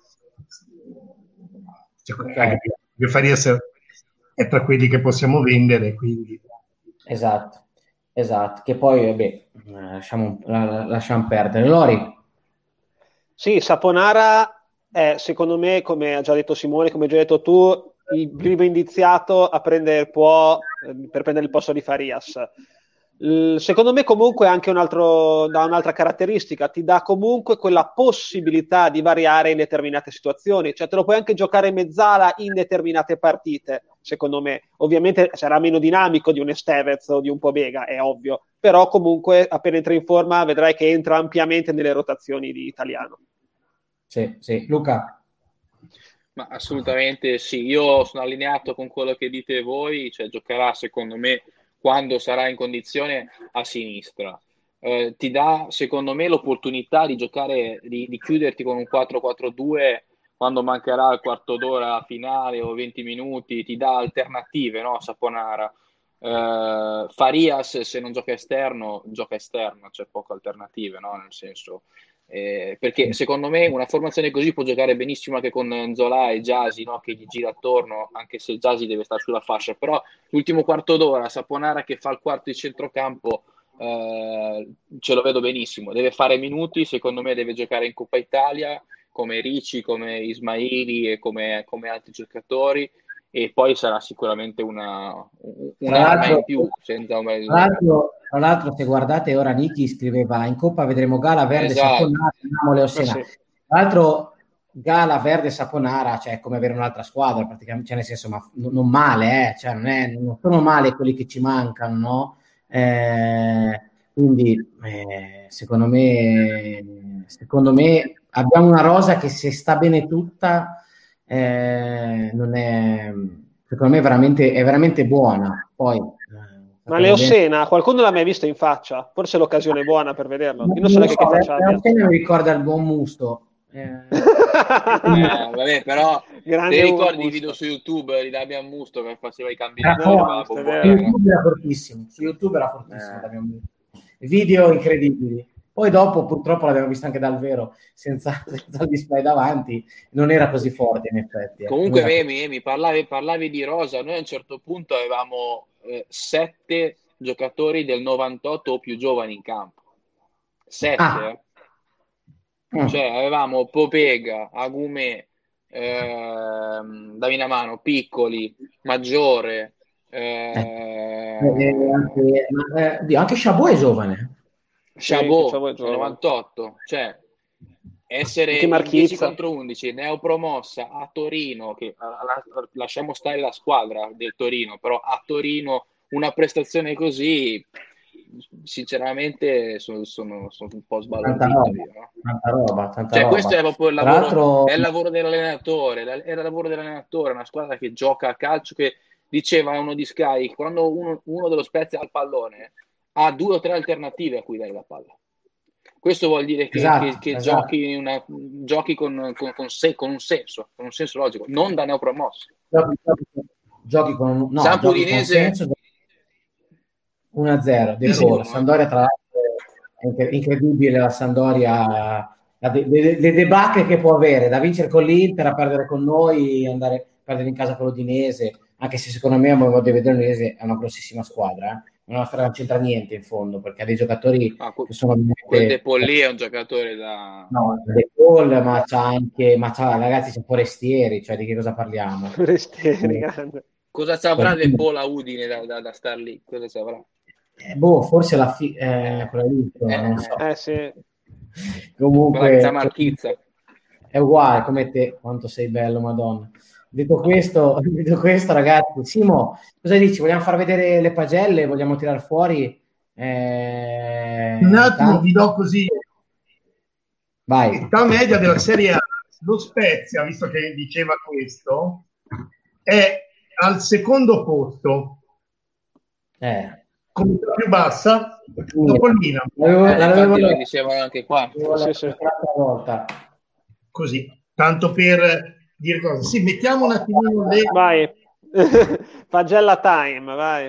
Anche Farias è tra quelli che possiamo vendere, quindi. Esatto, che poi lasciamo perdere. Lori? Sì, Saponara è, secondo me, come ha già detto Simone, come hai già detto tu, il primo indiziato a prendere per prendere il posto di Farias. Secondo me comunque anche un'altra caratteristica, ti dà comunque quella possibilità di variare in determinate situazioni, cioè te lo puoi anche giocare in mezzala in determinate partite, secondo me. Ovviamente sarà meno dinamico di un Estevez o di un Pobega, è ovvio, però comunque appena entra in forma vedrai che entra ampiamente nelle rotazioni di Italiano. Sì. Luca? Ma assolutamente sì, io sono allineato con quello che dite voi, cioè giocherà secondo me quando sarà in condizione a sinistra. Ti dà secondo me l'opportunità di giocare, di chiuderti con un 4-4-2 quando mancherà il quarto d'ora finale o 20 minuti, ti dà alternative, no? Saponara. Farias se non gioca esterno, c'è poche alternative, no? Nel senso, perché secondo me una formazione così può giocare benissimo anche con Nzola e Gyasi, no? Che gli gira attorno, anche se Gyasi deve stare sulla fascia, però l'ultimo quarto d'ora Saponara che fa il quarto di centrocampo, ce lo vedo benissimo, deve fare minuti, secondo me deve giocare in Coppa Italia come Ricci, come Ismaili e come altri giocatori, e poi sarà sicuramente un'arma in più. Tra l'altro, se guardate ora, Niki scriveva in Coppa vedremo Gala, Verde, esatto. Saponara, Sì. Tra l'altro Gala, Verde, Saponara, cioè è come avere un'altra squadra praticamente, cioè nel senso, ma non male, cioè non sono male quelli che ci mancano, no? Quindi secondo me abbiamo una rosa che se sta bene tutta non è, secondo me è veramente buona. Poi ma Leo Sena, qualcuno l'ha mai visto in faccia? Forse è l'occasione buona per vederlo. Io non so neanche che faccia abbia. Leo Sena mi ricorda il buon Musto. Vabbè, però grande ti ricordi i video su YouTube di Damian Musto che faceva i cambi su YouTube era fortissimo, Damian Musto. Video incredibili. Poi dopo purtroppo l'abbiamo visto anche dal vero, senza il display davanti, non era così forte in effetti. Comunque mi parlavi di rosa, noi a un certo punto avevamo 7 giocatori del 98 o più giovani in campo. 7, Cioè avevamo Popega, Agumè, Davinamano, Piccoli, Maggiore, anche Chabot è giovane. Chabot 98, cioè essere in 10 contro 11, neopromossa a Torino, che lasciamo stare la squadra del Torino, però a Torino una prestazione così sinceramente sono un po' sbalordito. Tanta roba. Questo è proprio il lavoro, è il lavoro dell'allenatore, era il lavoro dell'allenatore, una squadra che gioca a calcio, che diceva uno di Sky, quando uno dello Spezia ha il pallone ha 2 o 3 alternative a cui dare la palla. Questo vuol dire che, esatto. giochi con un senso logico, non da neopromosso. Giochi con un Sampudinese 1-0 di sicuro. Sampdoria, tra l'altro, è incredibile la Sampdoria, le debacle che può avere, da vincere con l'Inter, a perdere con noi, andare a perdere in casa con l'Udinese, anche se secondo me a modo di vedere l'Udinese è una grossissima squadra, non c'entra niente in fondo, perché ha dei giocatori che sono quel De Paul lì è un giocatore da De Paul, ma c'ha ragazzi, c'è Forestieri, cioè di che cosa parliamo? Forestieri, cosa ci avrà De Paul a Udine da star lì? Cosa ci avrà? Forse quella lì, non so. Sì. Comunque Marchizza è uguale come te, quanto sei bello, Madonna. Detto questo, ragazzi, Simo, cosa dici? Vogliamo far vedere le pagelle? Vogliamo tirar fuori? Un attimo, vi do così. Vai. L'età media della Serie A, lo Spezia, visto che diceva questo, è al secondo posto. Con la più bassa dopo il Milan. Lo dicevano anche qua. Volta. Così, tanto per dire cosa. Sì, mettiamo un attimino le... Vai. Pagella time, vai.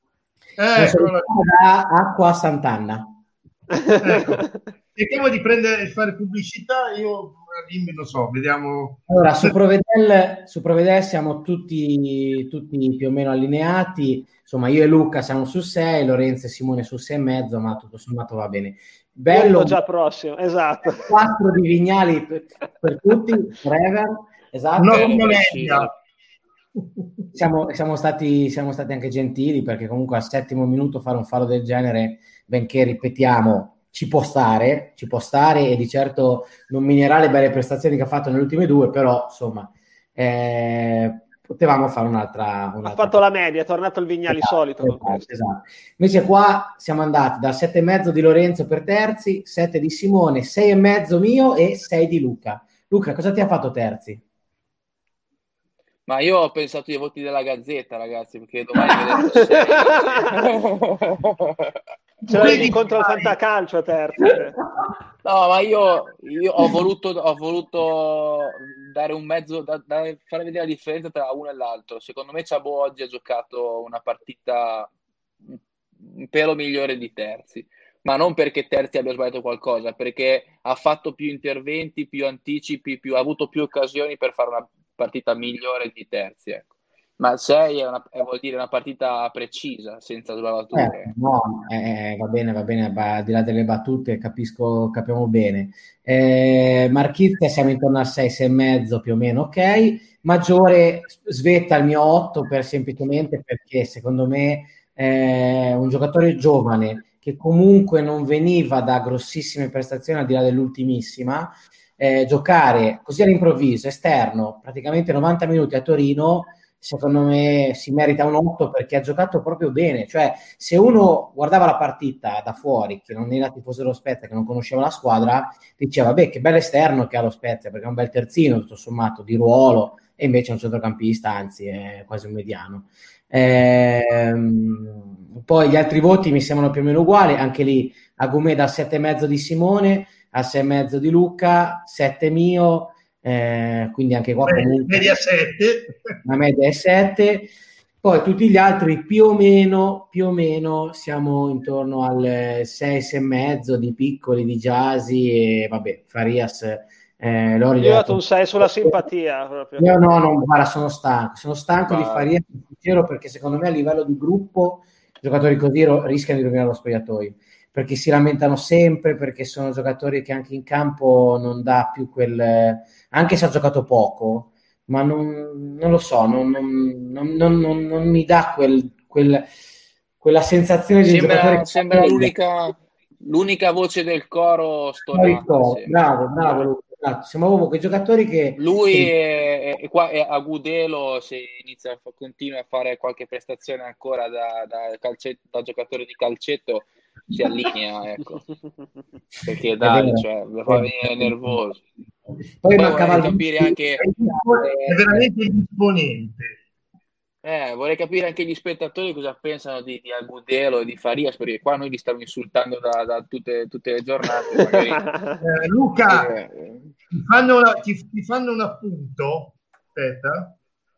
Da Acqua a Sant'Anna. Ecco. Cerchiamo di fare pubblicità, io non so, vediamo. Allora, su Provedel siamo tutti più o meno allineati, insomma io e Luca siamo su 6, Lorenzo e Simone su 6,5, ma tutto sommato va bene. Bello, già prossimo, esatto. 4 di Vignali per tutti, forever, esatto. Siamo stati anche gentili, perché comunque al 7° minuto fare un fallo del genere, benché ripetiamo, ci può stare e di certo non minerà le belle prestazioni che ha fatto nelle ultime 2, però insomma potevamo fare un'altra. Ha fatto la media, è tornato il Vignali solito. Esatto. Invece qua siamo andati da 7,5 di Lorenzo per Terzi, 7 di Simone, 6,5 mio e 6 di Luca. Luca, cosa ti ha fatto Terzi? Ma io ho pensato ai voti della Gazzetta, ragazzi, perché domani vedremo Cioè l'incontro al Fantacalcio a Terzi. No, ma io ho voluto dare un mezzo, fare vedere la differenza tra uno e l'altro. Secondo me Chabot oggi ha giocato una partita un pelo migliore di Terzi, ma non perché Terzi abbia sbagliato qualcosa, perché ha fatto più interventi, più anticipi, ha avuto più occasioni per fare una partita migliore di Terzi, ecco. Ma 6 vuol dire una partita precisa, senza sbavature. Va bene, al di là delle battute capiamo bene. Marchizia siamo intorno a 6,5 più o meno, ok. Maggiore svetta il mio 8 semplicemente perché secondo me un giocatore giovane che comunque non veniva da grossissime prestazioni al di là dell'ultimissima, giocare così all'improvviso, esterno, praticamente 90 minuti a Torino, secondo me si merita un 8 perché ha giocato proprio bene. Cioè, se uno guardava la partita da fuori, che non era tifoso dello Spezia, che non conosceva la squadra, diceva, vabbè, che bello esterno che ha lo Spezia, perché è un bel terzino, tutto sommato, di ruolo, e invece è un centrocampista, anzi, è quasi un mediano. Poi gli altri voti mi sembrano più o meno uguali, anche lì Agumè da 7,5 di Simone, a 6,5 di Luca, 7 mio, quindi anche qua comunque media 7, la media è 7. Poi tutti gli altri più o meno siamo intorno al 6,5 di Piccoli, di Giasi e vabbè, Farias. Io ho dato un 6 sulla simpatia proprio. Io guarda, sono stanco di Farias, sincero, perché secondo me a livello di gruppo giocatori così rischiano di rovinare lo spogliatoio, perché si lamentano sempre, perché sono giocatori che anche in campo non dà più anche se ha giocato poco, ma non lo so, non mi dà quella sensazione di un giocatore che sembra l'unica voce del coro stonata. Bravo. Siamo proprio quei giocatori che lui è Agudelo, se continua a fare qualche prestazione ancora da giocatore di calcetto, si allinea, ecco, perché lo fa venire nervoso. Poi vorrei capire anche è veramente indisponente. Vorrei capire anche gli spettatori cosa pensano di Agudelo e di Farias, perché qua noi li stiamo insultando da tutte le giornate. Magari. Luca, ti fanno un appunto. Aspetta.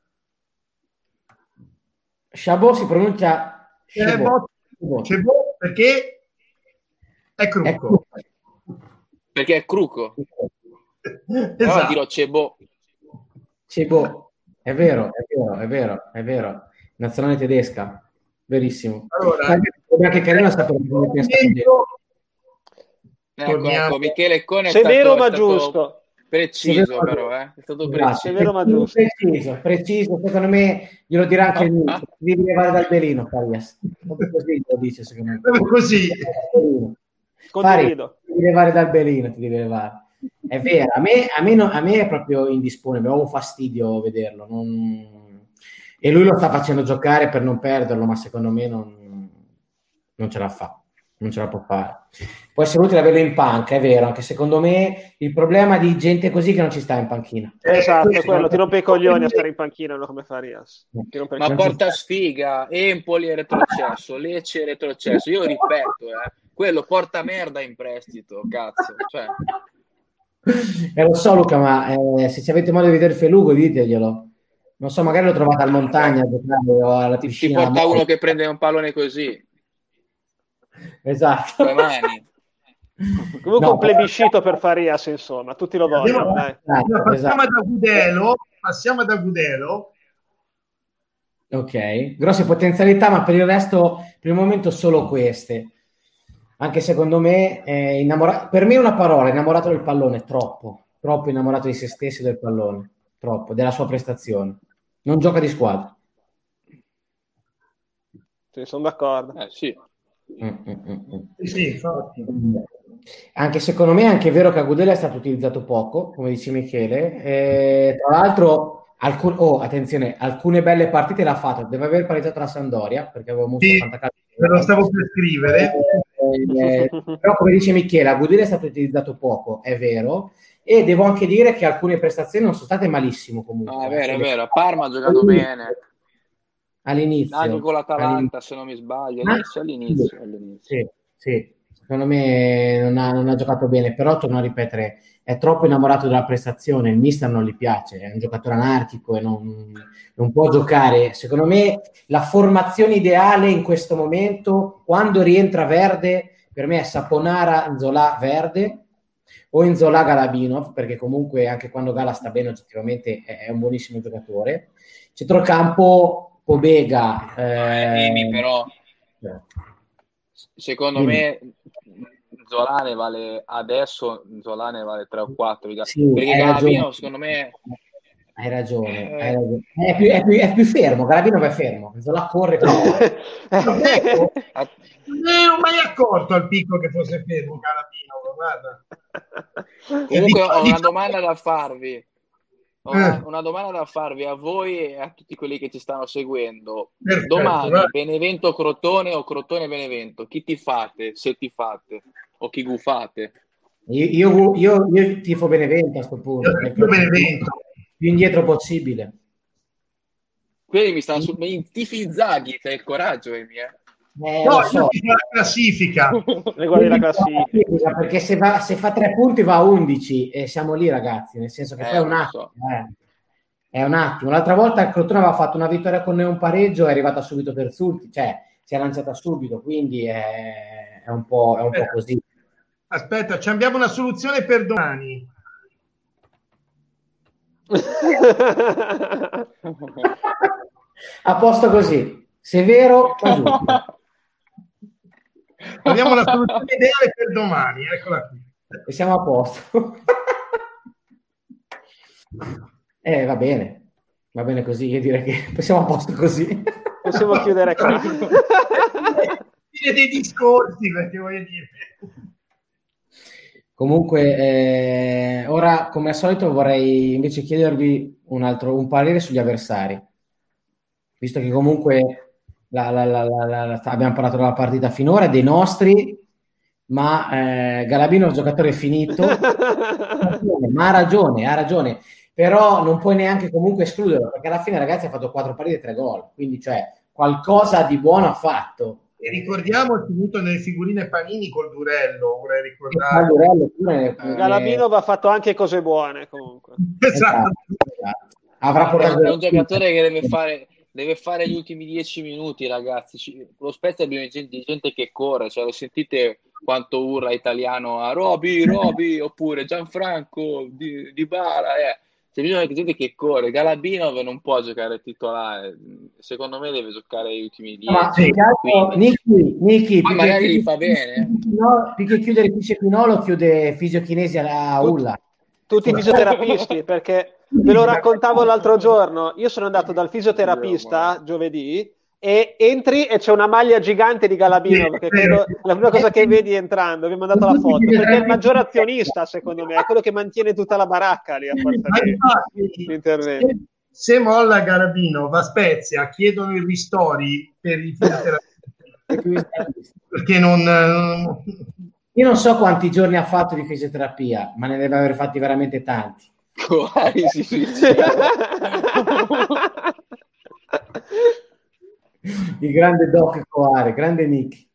Chabot si pronuncia Chabot perché è crucco. Perché è crucco. Esatto. Allora dirò Chabot. È vero. Nazionale tedesca, verissimo. Allora, che carino sapere ecco, Michele Cone severo ma giusto. Preciso, però, è stato preciso. Severo ma giusto. Preciso, secondo me glielo dirà anche lui. Ti devi levare dal belino, Farias. Così lo dice, secondo me. Così. Condivido. Ti devi levare dal belino, ti devi levare. È vero, a me è proprio indisponibile, avevo fastidio vederlo. E lui lo sta facendo giocare per non perderlo, ma secondo me non ce la fa. Non ce la può fare. Può essere utile averlo in panca, è vero, anche secondo me il problema di gente così che non ci sta in panchina. Esatto, quello, ti rompe i coglioni a stare in panchina, no, come Farias. Ma porta sfiga, Empoli è retrocesso, Lecce è retrocesso, io ripeto, quello porta merda in prestito, cazzo, cioè. Lo so Luca, ma se ci avete modo di vedere Felugo diteglielo. Non so, magari l'ho trovata al montagna a giocare o alla Ti piscina. porta uno che prende un pallone così, Esatto. con le mani. Comunque No, un plebiscito per Farias, insomma, tutti lo vogliono, dai. Passiamo ad Agudelo. Passiamo ad Agudelo. Ok, grosse potenzialità, ma per il resto, per il momento solo queste. Anche secondo me, per me è una parola, innamorato del pallone, troppo innamorato di se stesso e del pallone, troppo, della sua prestazione. Non gioca di squadra. Sì, sono d'accordo. Sì. Sì, infatti. Anche secondo me è anche vero che Agudelo è stato utilizzato poco, come dice Michele. Tra l'altro, attenzione, alcune belle partite l'ha fatto. Deve aver pareggiato la Sampdoria, perché avevo mosso Sì, fantacalcio. me lo stavo per scrivere. Però come dice Michele, Agudelo è stato utilizzato poco, è vero. E devo anche dire che alcune prestazioni non sono state malissimo comunque. No, è vero, è vero. A Parma ha giocato bene. All'inizio. Anche con l'Atalanta, se non mi sbaglio. All'inizio. Sì. Secondo me non ha giocato bene, però torno a ripetere, è troppo innamorato della prestazione, il mister non gli piace, è un giocatore anarchico e non può giocare. Secondo me la formazione ideale in questo momento, quando rientra Verde, per me è Saponara, Nzola, Verde, o Nzola, Galabinov, perché comunque anche quando Gala sta bene oggettivamente è un buonissimo giocatore. Centrocampo, Pobega. Però secondo me Zola ne vale adesso, Zola ne vale 3 o 4, sì, perché Galabinov secondo me hai ragione. È più fermo, Galabinov è fermo, Zola corre non ero mai accorto al picco che fosse fermo Galabinov, guarda. Comunque ho una domanda da farvi. Una domanda da farvi a voi e a tutti quelli che ci stanno seguendo. Perfetto, Domani Benevento-Crotone o Crotone-Benevento? Chi ti fate, se ti fate, o chi gufate? Io tifo Benevento a questo punto. Più indietro possibile. Quelli mi stanno tifi Zaghi, c'è il coraggio, no, so. Io la classifica. Riguardi la classifica. Perché se fa 3 punti va a 11 e siamo lì, ragazzi, nel senso che poi è un attimo. È un attimo. L'altra volta il Crotone aveva fatto una vittoria con un pareggio, è arrivata subito Terzulti, cioè si è lanciata subito, quindi è un po' così. Aspetta, abbiamo una soluzione per domani. A posto così, Severo, abbiamo la soluzione ideale per domani, eccola qui. E siamo a posto. Va bene così, io direi che siamo a posto così. Possiamo chiudere qua. Fine dei discorsi, perché voglio dire. Comunque, ora come al solito vorrei invece chiedervi un parere sugli avversari, visto che comunque abbiamo parlato della partita finora, dei nostri, ma Galabino è un giocatore finito, ma ha ragione, però non puoi neanche comunque escluderlo, perché alla fine ragazzi ha fatto 4 partite e 3 gol, quindi cioè qualcosa di buono ha fatto. E ricordiamo il tenuto nelle figurine Panini col Durello, vorrei ricordare. Galabino ha fatto anche cose buone comunque. Esatto. Avrà portato è un giocatore che deve fare gli ultimi 10 minuti, ragazzi. Lo Spezia ha bisogno di gente che corre, cioè lo sentite quanto urla italiano a Roby, oppure Gianfranco, Dybala, c'è bisogno di gente che corre. Galabinov non può giocare titolare, secondo me deve giocare gli ultimi 10. Niki, magari gli fa bene. Più che chiudere Fice Pinolo, chiude Fisiochinesi a Ulla. Tutti i fisioterapisti, perché ve lo raccontavo l'altro giorno, io sono andato dal fisioterapista giovedì e entri e c'è una maglia gigante di Galabino, perché credo la prima cosa che vedi entrando, vi ho mandato la foto, perché è il maggior azionista secondo me, è quello che mantiene tutta la baracca lì a forza di interventi. Se molla Galabino va a Spezia, chiedono i ristori per i fisioterapisti perché non io non so quanti giorni ha fatto di fisioterapia, ma ne deve aver fatti veramente tanti. Il grande Doc Coare, grande Nick.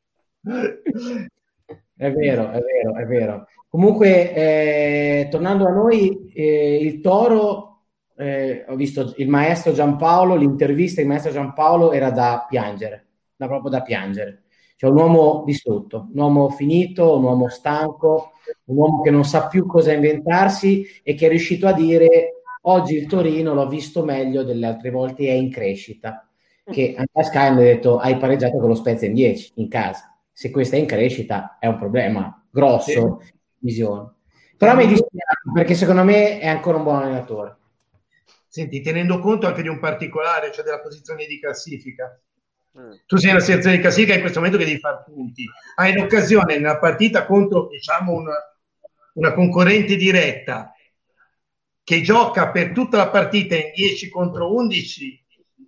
È vero. Comunque, tornando a noi, il Toro ho visto il maestro Giampaolo, l'intervista del maestro Giampaolo era da piangere, proprio da piangere. Cioè un uomo distrutto, un uomo finito, un uomo stanco, un uomo che non sa più cosa inventarsi e che è riuscito a dire: oggi il Torino l'ho visto meglio delle altre volte, è in crescita. Che a Sky hanno detto: hai pareggiato con lo Spezia in 10 in casa, se questa è in crescita è un problema grosso, visione. Però mi dispiace, perché secondo me è ancora un buon allenatore. Senti, tenendo conto anche di un particolare, cioè della posizione di classifica, tu sei in una situazione di classifica in questo momento che devi fare punti, hai l'occasione nella partita contro, diciamo, una concorrente diretta che gioca per tutta la partita in 10 contro 11,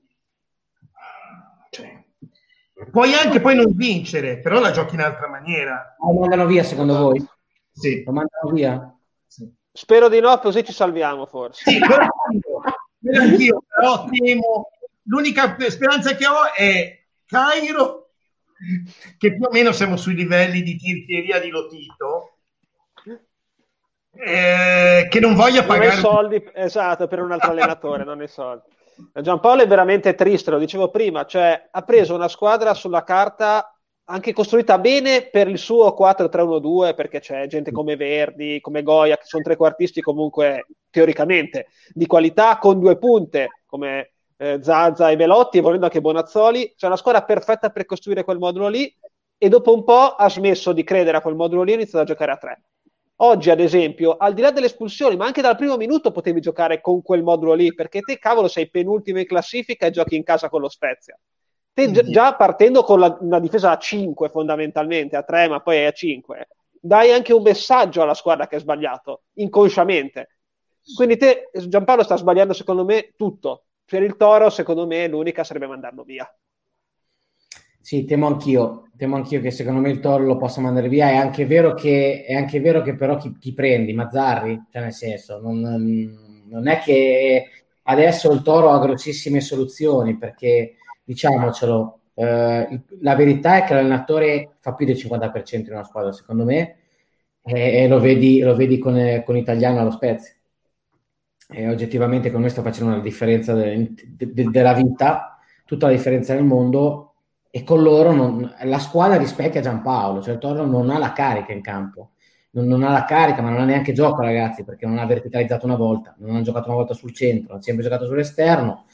cioè, puoi anche poi non vincere, però la giochi in altra maniera. Lo mandano via secondo voi? Sì. Lo mandano via? Sì. Spero di no, così ci salviamo forse. Sì, anch'io, però temo, l'unica speranza che ho è Cairo, che più o meno siamo sui livelli di tirchieria di Lotito, che non voglia pagare non hai soldi, esatto, per un altro allenatore, non hai soldi. Giampaolo è veramente triste, lo dicevo prima, cioè ha preso una squadra sulla carta anche costruita bene per il suo 4-3-1-2, perché c'è gente come Verdi, come Goia, che sono trequartisti comunque teoricamente di qualità, con 2 punte come Zaza e Belotti, e volendo anche Bonazzoli. C'è una squadra perfetta per costruire quel modulo lì, e dopo un po' ha smesso di credere a quel modulo lì e ha iniziato a giocare a 3. Oggi, ad esempio, al di là delle espulsioni, ma anche dal primo minuto potevi giocare con quel modulo lì, perché te, cavolo, sei penultimo in classifica e giochi in casa con lo Spezia. Te già partendo con una difesa a 5 fondamentalmente, a 3 ma poi a 5, dai anche un messaggio alla squadra che ha sbagliato, inconsciamente. Quindi te, Giampaolo, sta sbagliando secondo me tutto. Per il Toro, secondo me, l'unica sarebbe mandarlo via. Sì, temo anch'io che secondo me il Toro lo possa mandare via. È anche vero che però chi prendi? Mazzarri? Cioè, nel senso, non è che adesso il Toro ha grossissime soluzioni, perché diciamocelo, la verità è che l'allenatore fa più del 50% in una squadra, secondo me, e lo vedi con Italiano allo Spezia. E oggettivamente con noi sta facendo una differenza della vita, tutta la differenza nel mondo, e con loro la squadra rispecchia Giampaolo, cioè il Toro non ha la carica in campo, non ha la carica, ma non ha neanche gioco, ragazzi, perché non ha verticalizzato una volta, non ha giocato una volta sul centro, ha sempre giocato sull'esterno.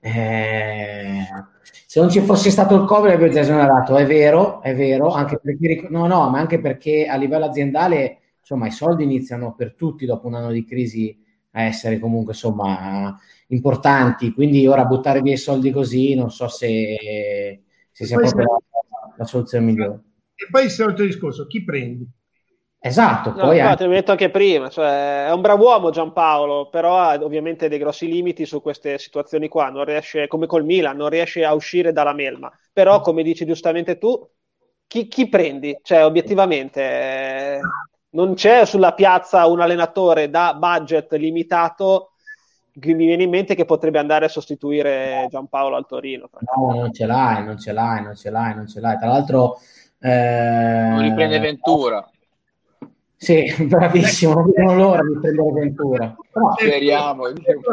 Se non ci fosse stato il Covid avrebbe già esonerato, è vero, anche perché, ma anche perché a livello aziendale, insomma, i soldi iniziano per tutti dopo un anno di crisi a essere comunque, insomma, importanti, quindi ora buttare via i soldi così non so se sia proprio la soluzione migliore. E poi il solito discorso, chi prendi? Esatto, no, poi te l'ho detto anche prima, cioè, è un bravo uomo Giampaolo, però ha ovviamente dei grossi limiti su queste situazioni qua, non riesce, come col Milan, non riesce a uscire dalla melma, però come dici giustamente tu, chi prendi? Cioè, obiettivamente non c'è sulla piazza un allenatore da budget limitato che mi viene in mente che potrebbe andare a sostituire Giampaolo al Torino. No, non ce l'hai. Tra l'altro non riprende Ventura. Sì, bravissimo, non vedono l'ora di prendere Ventura. Speriamo.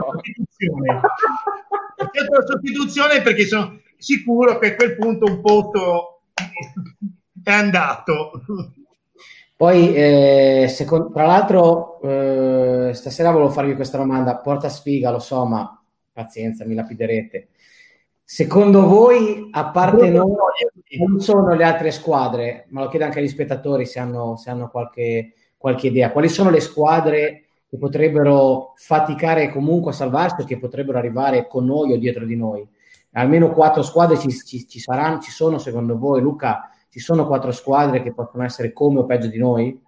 Certo la sostituzione, perché sono sicuro che a quel punto un posto è andato. Poi, tra l'altro, stasera volevo farvi questa domanda, porta sfiga, lo so, ma pazienza, mi lapiderete. Secondo voi, a parte noi, non sono le altre squadre, ma lo chiedo anche agli spettatori se hanno qualche idea, quali sono le squadre che potrebbero faticare comunque a salvarsi o che potrebbero arrivare con noi o dietro di noi? Almeno 4 squadre ci sono secondo voi, Luca? Ci sono 4 squadre che possono essere come o peggio di noi?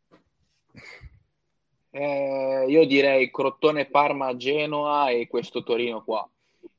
Io direi Crotone, Parma, Genoa e questo Torino qua.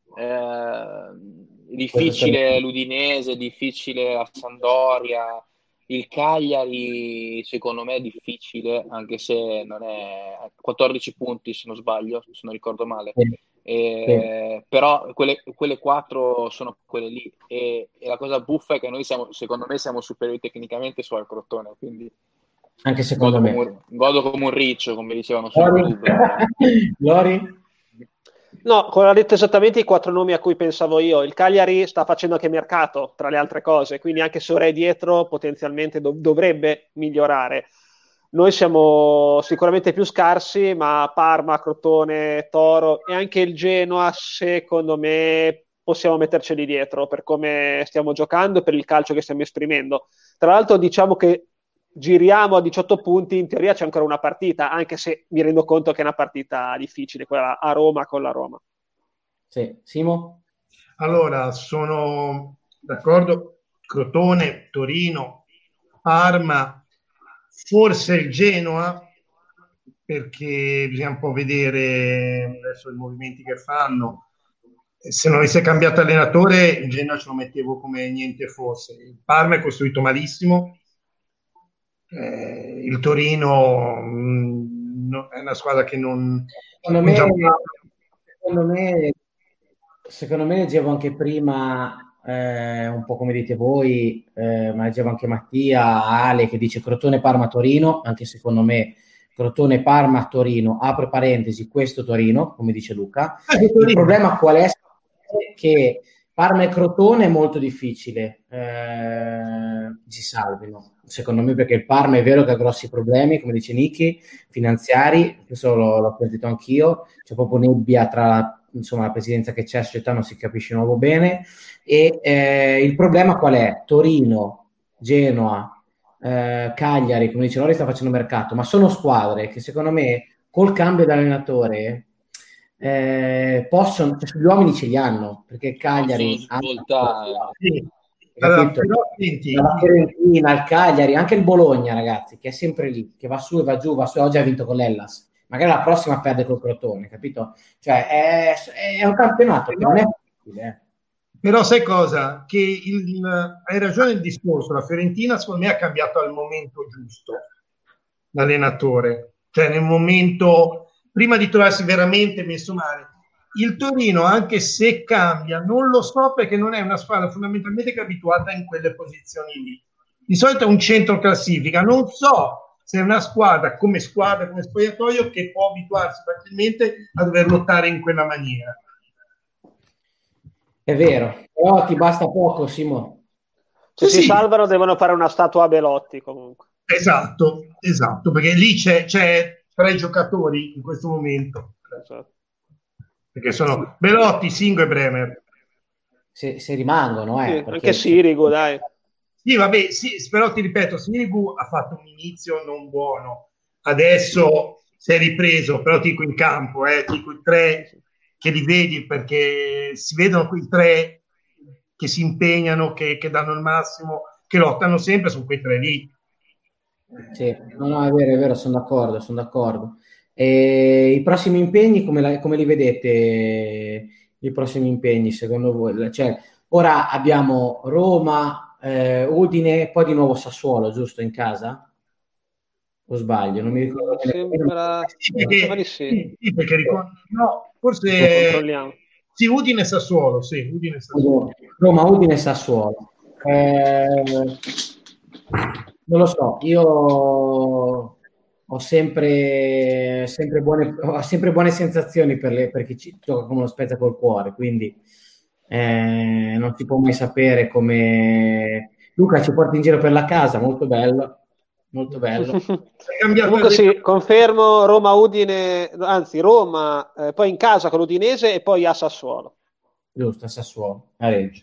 Difficile l'Udinese, difficile la Sampdoria, il Cagliari secondo me è difficile, anche se non è 14 punti se non sbaglio, se non ricordo male. Però quelle 4 sono quelle lì, e la cosa buffa è che noi secondo me siamo superiori tecnicamente su al Crotone, quindi anche secondo me godo come un riccio, come dicevano su YouTube. Lori? No, ha detto esattamente i 4 nomi a cui pensavo io. Il Cagliari sta facendo anche mercato, tra le altre cose, quindi anche se ora è dietro, potenzialmente dovrebbe migliorare. Noi siamo sicuramente più scarsi, ma Parma, Crotone, Toro e anche il Genoa, secondo me, possiamo metterceli dietro per come stiamo giocando e per il calcio che stiamo esprimendo. Tra l'altro, diciamo che giriamo a 18 punti, in teoria c'è ancora una partita, anche se mi rendo conto che è una partita difficile, quella a Roma con la Roma. Sì, Simo? Allora, sono d'accordo, Crotone, Torino, Parma, forse il Genoa, perché bisogna un po' vedere adesso i movimenti che fanno. Se non avesse cambiato allenatore, il Genoa ce lo mettevo come niente fosse. Il Parma è costruito malissimo, il Torino è una squadra che non Secondo non me, gioca. secondo me, secondo me leggevo anche prima, un po' come dite voi, ma leggevo anche Mattia, Ale, che dice Crotone-Parma-Torino, anche secondo me Crotone-Parma-Torino, apre parentesi, questo Torino, come dice Luca. Il problema qual è? Che Parma e Crotone è molto difficile si salvino, secondo me, perché il Parma è vero che ha grossi problemi, come dice Nicky, finanziari, questo l'ho sentito anch'io, c'è proprio nebbia tra insomma, la presidenza che c'è, la società non si capisce nuovo bene, e il problema qual è? Torino, Genoa, Cagliari, come dice Lori, sta facendo mercato, ma sono squadre che secondo me col cambio di allenatore possono, cioè, gli uomini ce li hanno, perché Possono Cagliari ha svoltare. Sì. Allora, capito? però, senti, La Fiorentina, il Cagliari, anche il Bologna, ragazzi, che è sempre lì, che va su e va giù, va su, oggi ha vinto con l'Hellas, magari la prossima perde col Crotone, capito? Cioè è un campionato che non è facile. però sai cosa? Che hai ragione il discorso, la Fiorentina secondo me ha cambiato al momento giusto l'allenatore, cioè nel momento prima di trovarsi veramente messo male. Il Torino, anche se cambia, non lo so perché non è una squadra fondamentalmente che è abituata in quelle posizioni lì. Di solito è un centro classifica, non so se è una squadra, come spogliatoio, che può abituarsi facilmente a dover lottare in quella maniera. È vero, però ti basta poco, Simo. Se Sì, si sì. salvano devono fare una statua a Belotti comunque. Esatto, perché lì c'è 3 giocatori in questo momento, Esatto. perché sono Belotti, Singo e Bremer. Se rimangono, Sì, perché anche Sirigu, dai. Sì, vabbè, sì, però ti ripeto, Sirigu ha fatto un inizio non buono, adesso si è ripreso, però ti dico in campo, ti dico i 3 che li vedi, perché si vedono quei 3 che si impegnano, che danno il massimo, che lottano sempre, sono quei 3 lì. Sì, no, è vero, sono d'accordo. E i prossimi impegni, come li vedete? I prossimi impegni, secondo voi? Cioè, ora abbiamo Roma, Udine, poi di nuovo Sassuolo, giusto, in casa? O sbaglio? Non mi ricordo Mi sembra di sì. Sì, perché ricordo, no, Lo forse controlliamo. sì, Udine e Sassuolo, sì, Udine e Sassuolo. Roma, Udine e Sassuolo. Non lo so, io ho sempre buone sensazioni per chi gioca come uno Spezia col cuore, quindi non si può mai sapere come... Luca ci porta in giro per la casa, molto bello, molto bello. Comunque sì, confermo Roma-Udine, anzi Roma, poi in casa con l'Udinese e poi a Sassuolo. Giusto, a Sassuolo, a Reggio.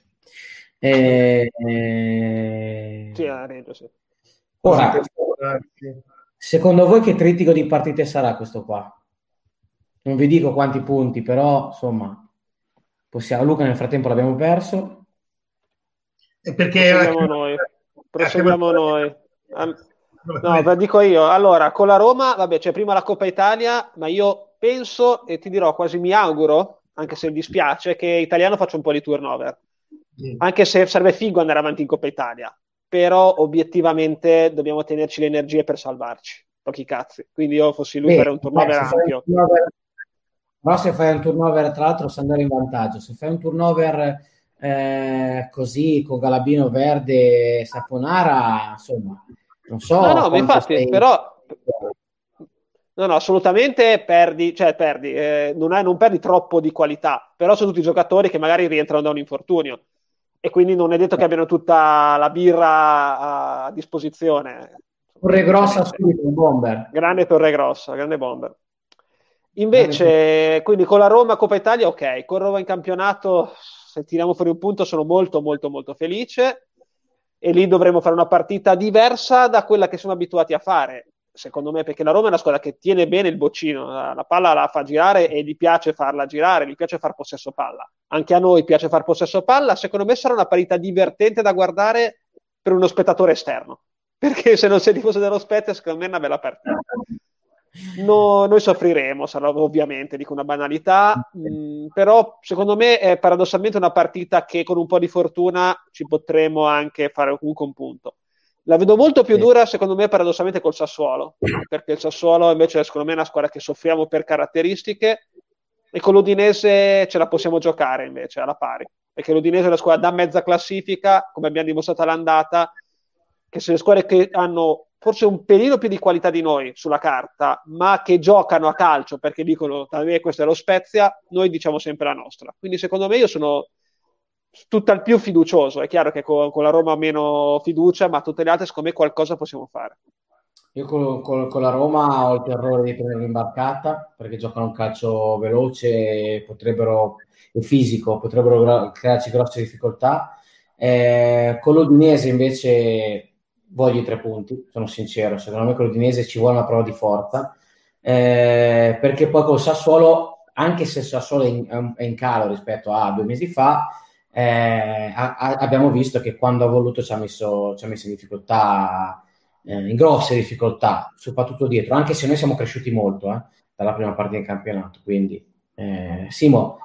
Sì, a Reggio, sì. Ora, secondo voi che trittico di partite sarà questo qua? Non vi dico quanti punti, però insomma, Luca nel frattempo l'abbiamo perso. Perché proseguiamo noi. No, dico io. Allora, con la Roma, vabbè, c'è prima la Coppa Italia, ma io penso e ti dirò, quasi mi auguro, anche se mi dispiace, che Italiano faccia un po' di turnover. Anche se sarebbe figo andare avanti in Coppa Italia, però obiettivamente dobbiamo tenerci le energie per salvarci. Pochi cazzi. Quindi io fossi lui per un turnover ampio. Però se fai un turnover, tra l'altro, sai andare in vantaggio. Se fai un turnover così, con Galabino, Verde, Saponara, insomma, non so. No, ma infatti, però No, assolutamente non perdi troppo di qualità, però sono tutti giocatori che magari rientrano da un infortunio e quindi non è detto che abbiano tutta la birra a disposizione. Torregrossa subito, un bomber. Grande Torregrossa, grande bomber. Invece, quindi con la Roma Coppa Italia, ok, con Roma in campionato, se tiriamo fuori un punto sono molto molto molto felice e lì dovremo fare una partita diversa da quella che siamo abituati a fare, secondo me, perché la Roma è una squadra che tiene bene il boccino, la palla la fa girare e gli piace farla girare, gli piace far possesso palla. Anche a noi piace far possesso palla, secondo me sarà una partita divertente da guardare per uno spettatore esterno, perché se non sei tifoso dello Spezia, secondo me è una bella partita. No, noi soffriremo, sarà ovviamente, dico una banalità, però secondo me è paradossalmente una partita che con un po' di fortuna ci potremo anche fare comunque un punto. La vedo molto più dura, secondo me, paradossalmente col Sassuolo, perché il Sassuolo invece secondo me è una squadra che soffriamo per caratteristiche e con l'Udinese ce la possiamo giocare invece alla pari, perché l'Udinese è una squadra da mezza classifica, come abbiamo dimostrato all'andata, che sono le squadre che hanno forse un pelino più di qualità di noi sulla carta, ma che giocano a calcio perché dicono da me questo è lo Spezia, noi diciamo sempre la nostra. Quindi secondo me io sono tutt'al più fiducioso. È chiaro che con la Roma ho meno fiducia, ma tutte le altre secondo me qualcosa possiamo fare. Io con la Roma ho il terrore di prendere l'imbarcata perché giocano un calcio veloce e fisico, potrebbero crearci grosse difficoltà. Con l'Udinese invece voglio i 3 punti, sono sincero. Secondo me con l'Udinese ci vuole una prova di forza, perché poi col Sassuolo, anche se il Sassuolo è in calo rispetto a 2 mesi fa, abbiamo visto che quando ha voluto ci ha messo in difficoltà, in grosse difficoltà, soprattutto dietro, anche se noi siamo cresciuti molto dalla prima partita in campionato. Quindi Simo,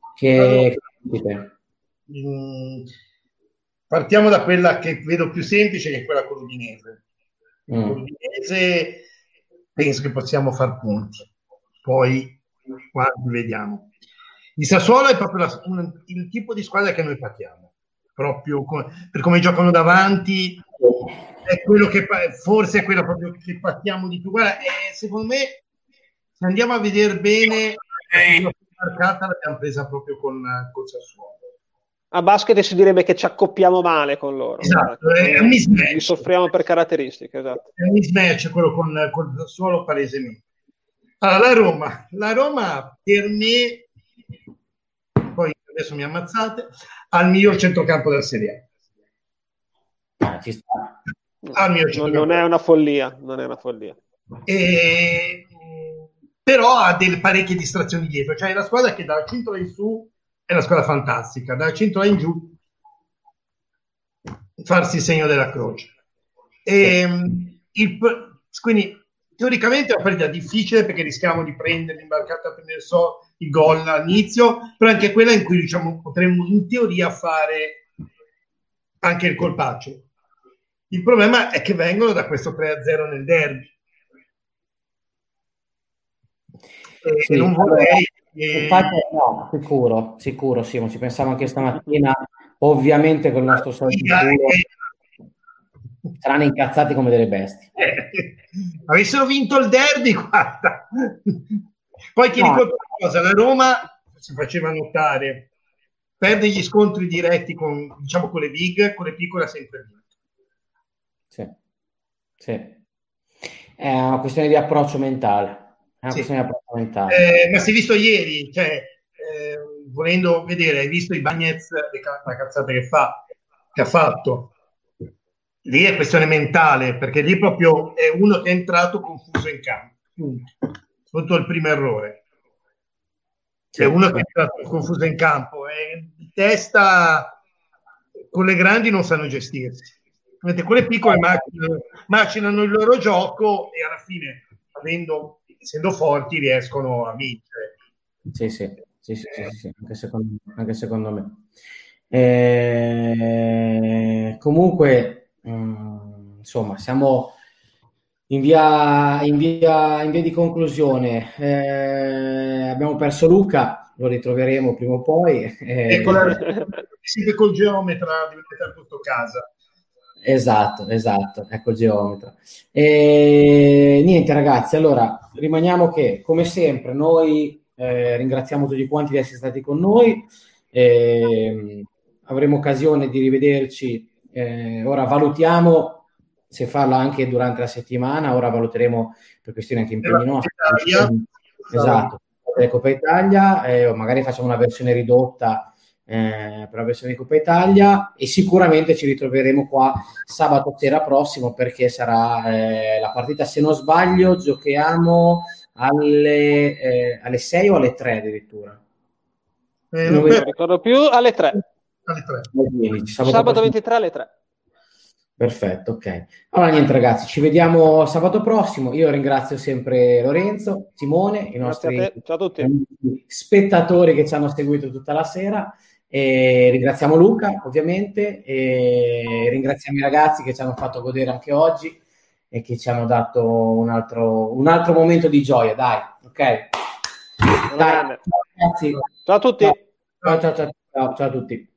partiamo da quella che vedo più semplice, che è quella con l'Udinese. Con l'Udinese penso che possiamo far punti, poi vediamo. Il Sassuolo è proprio il tipo di squadra che noi partiamo, proprio per come giocano davanti, è quello che forse è quella proprio che partiamo di più. Guarda, secondo me, se andiamo a vedere bene, la marcata l'abbiamo presa proprio con Sassuolo. A basket si direbbe che ci accoppiamo male con loro. Esatto, è un mismatch. Li soffriamo per caratteristiche, esatto. È un mismatch quello con Sassuolo palesemente. Allora, la Roma per me, poi adesso mi ammazzate, ha il miglior centrocampo della Serie A. Ci sta. Non è una follia, non è una follia. Però ha delle parecchie distrazioni dietro, cioè è la squadra che dalla cintola in su è una squadra fantastica, dalla cintola in giù farsi il segno della croce. Quindi teoricamente è una partita difficile perché rischiamo di prendere l'imbarcata, prendere il gol all'inizio, però anche quella in cui diciamo potremmo in teoria fare anche il colpaccio. Il problema è che vengono da questo 3-0 nel derby. Sì, non vorrei. Infatti, no, sicuro, Simo, ci pensavo anche stamattina, ovviamente con il nostro solito saranno incazzati come delle bestie. Avessero vinto il derby, guarda. Poi ti ricordo una cosa, la Roma si faceva notare, perde gli scontri diretti con le big, con le piccole ha sempre vinto. Sì. È una questione di approccio mentale. Ma si è visto ieri, volendo vedere, hai visto i Bagnez, la cazzata che ha fatto. Lì è questione mentale, perché lì proprio è uno che è entrato confuso in campo. Sotto il primo errore. È uno che è entrato confuso in campo. Di testa, con le grandi non sanno gestirsi. Mentre con le piccole macinano il loro gioco e alla fine, essendo forti, riescono a vincere. Sì, anche secondo me. Comunque, insomma, siamo in via di conclusione. Abbiamo perso Luca, lo ritroveremo prima o poi. Sempre col geometra di mettere tutto casa. Esatto, ecco il geometra. E niente ragazzi, allora rimaniamo che come sempre noi ringraziamo tutti quanti di essere stati con noi, avremo occasione di rivederci, ora valutiamo se farla anche durante la settimana, ora valuteremo per questioni anche impegni nostri. Esatto, Coppa Italia, o magari facciamo una versione ridotta per la versione di Coppa Italia, e sicuramente ci ritroveremo qua sabato sera prossimo, perché sarà la partita, se non sbaglio giochiamo alle 6 o alle 3 addirittura, non mi ricordo più, alle 3 sabato 23 alle 3. Perfetto, ok. Allora niente ragazzi, ci vediamo sabato prossimo. Io ringrazio sempre Lorenzo, Simone, i nostri Ciao a tutti. spettatori che ci hanno seguito tutta la sera, e ringraziamo Luca ovviamente, e ringraziamo i ragazzi che ci hanno fatto godere anche oggi e che ci hanno dato un altro momento di gioia, dai, ok? Dai, ragazzi. Ciao a tutti. Ciao a tutti.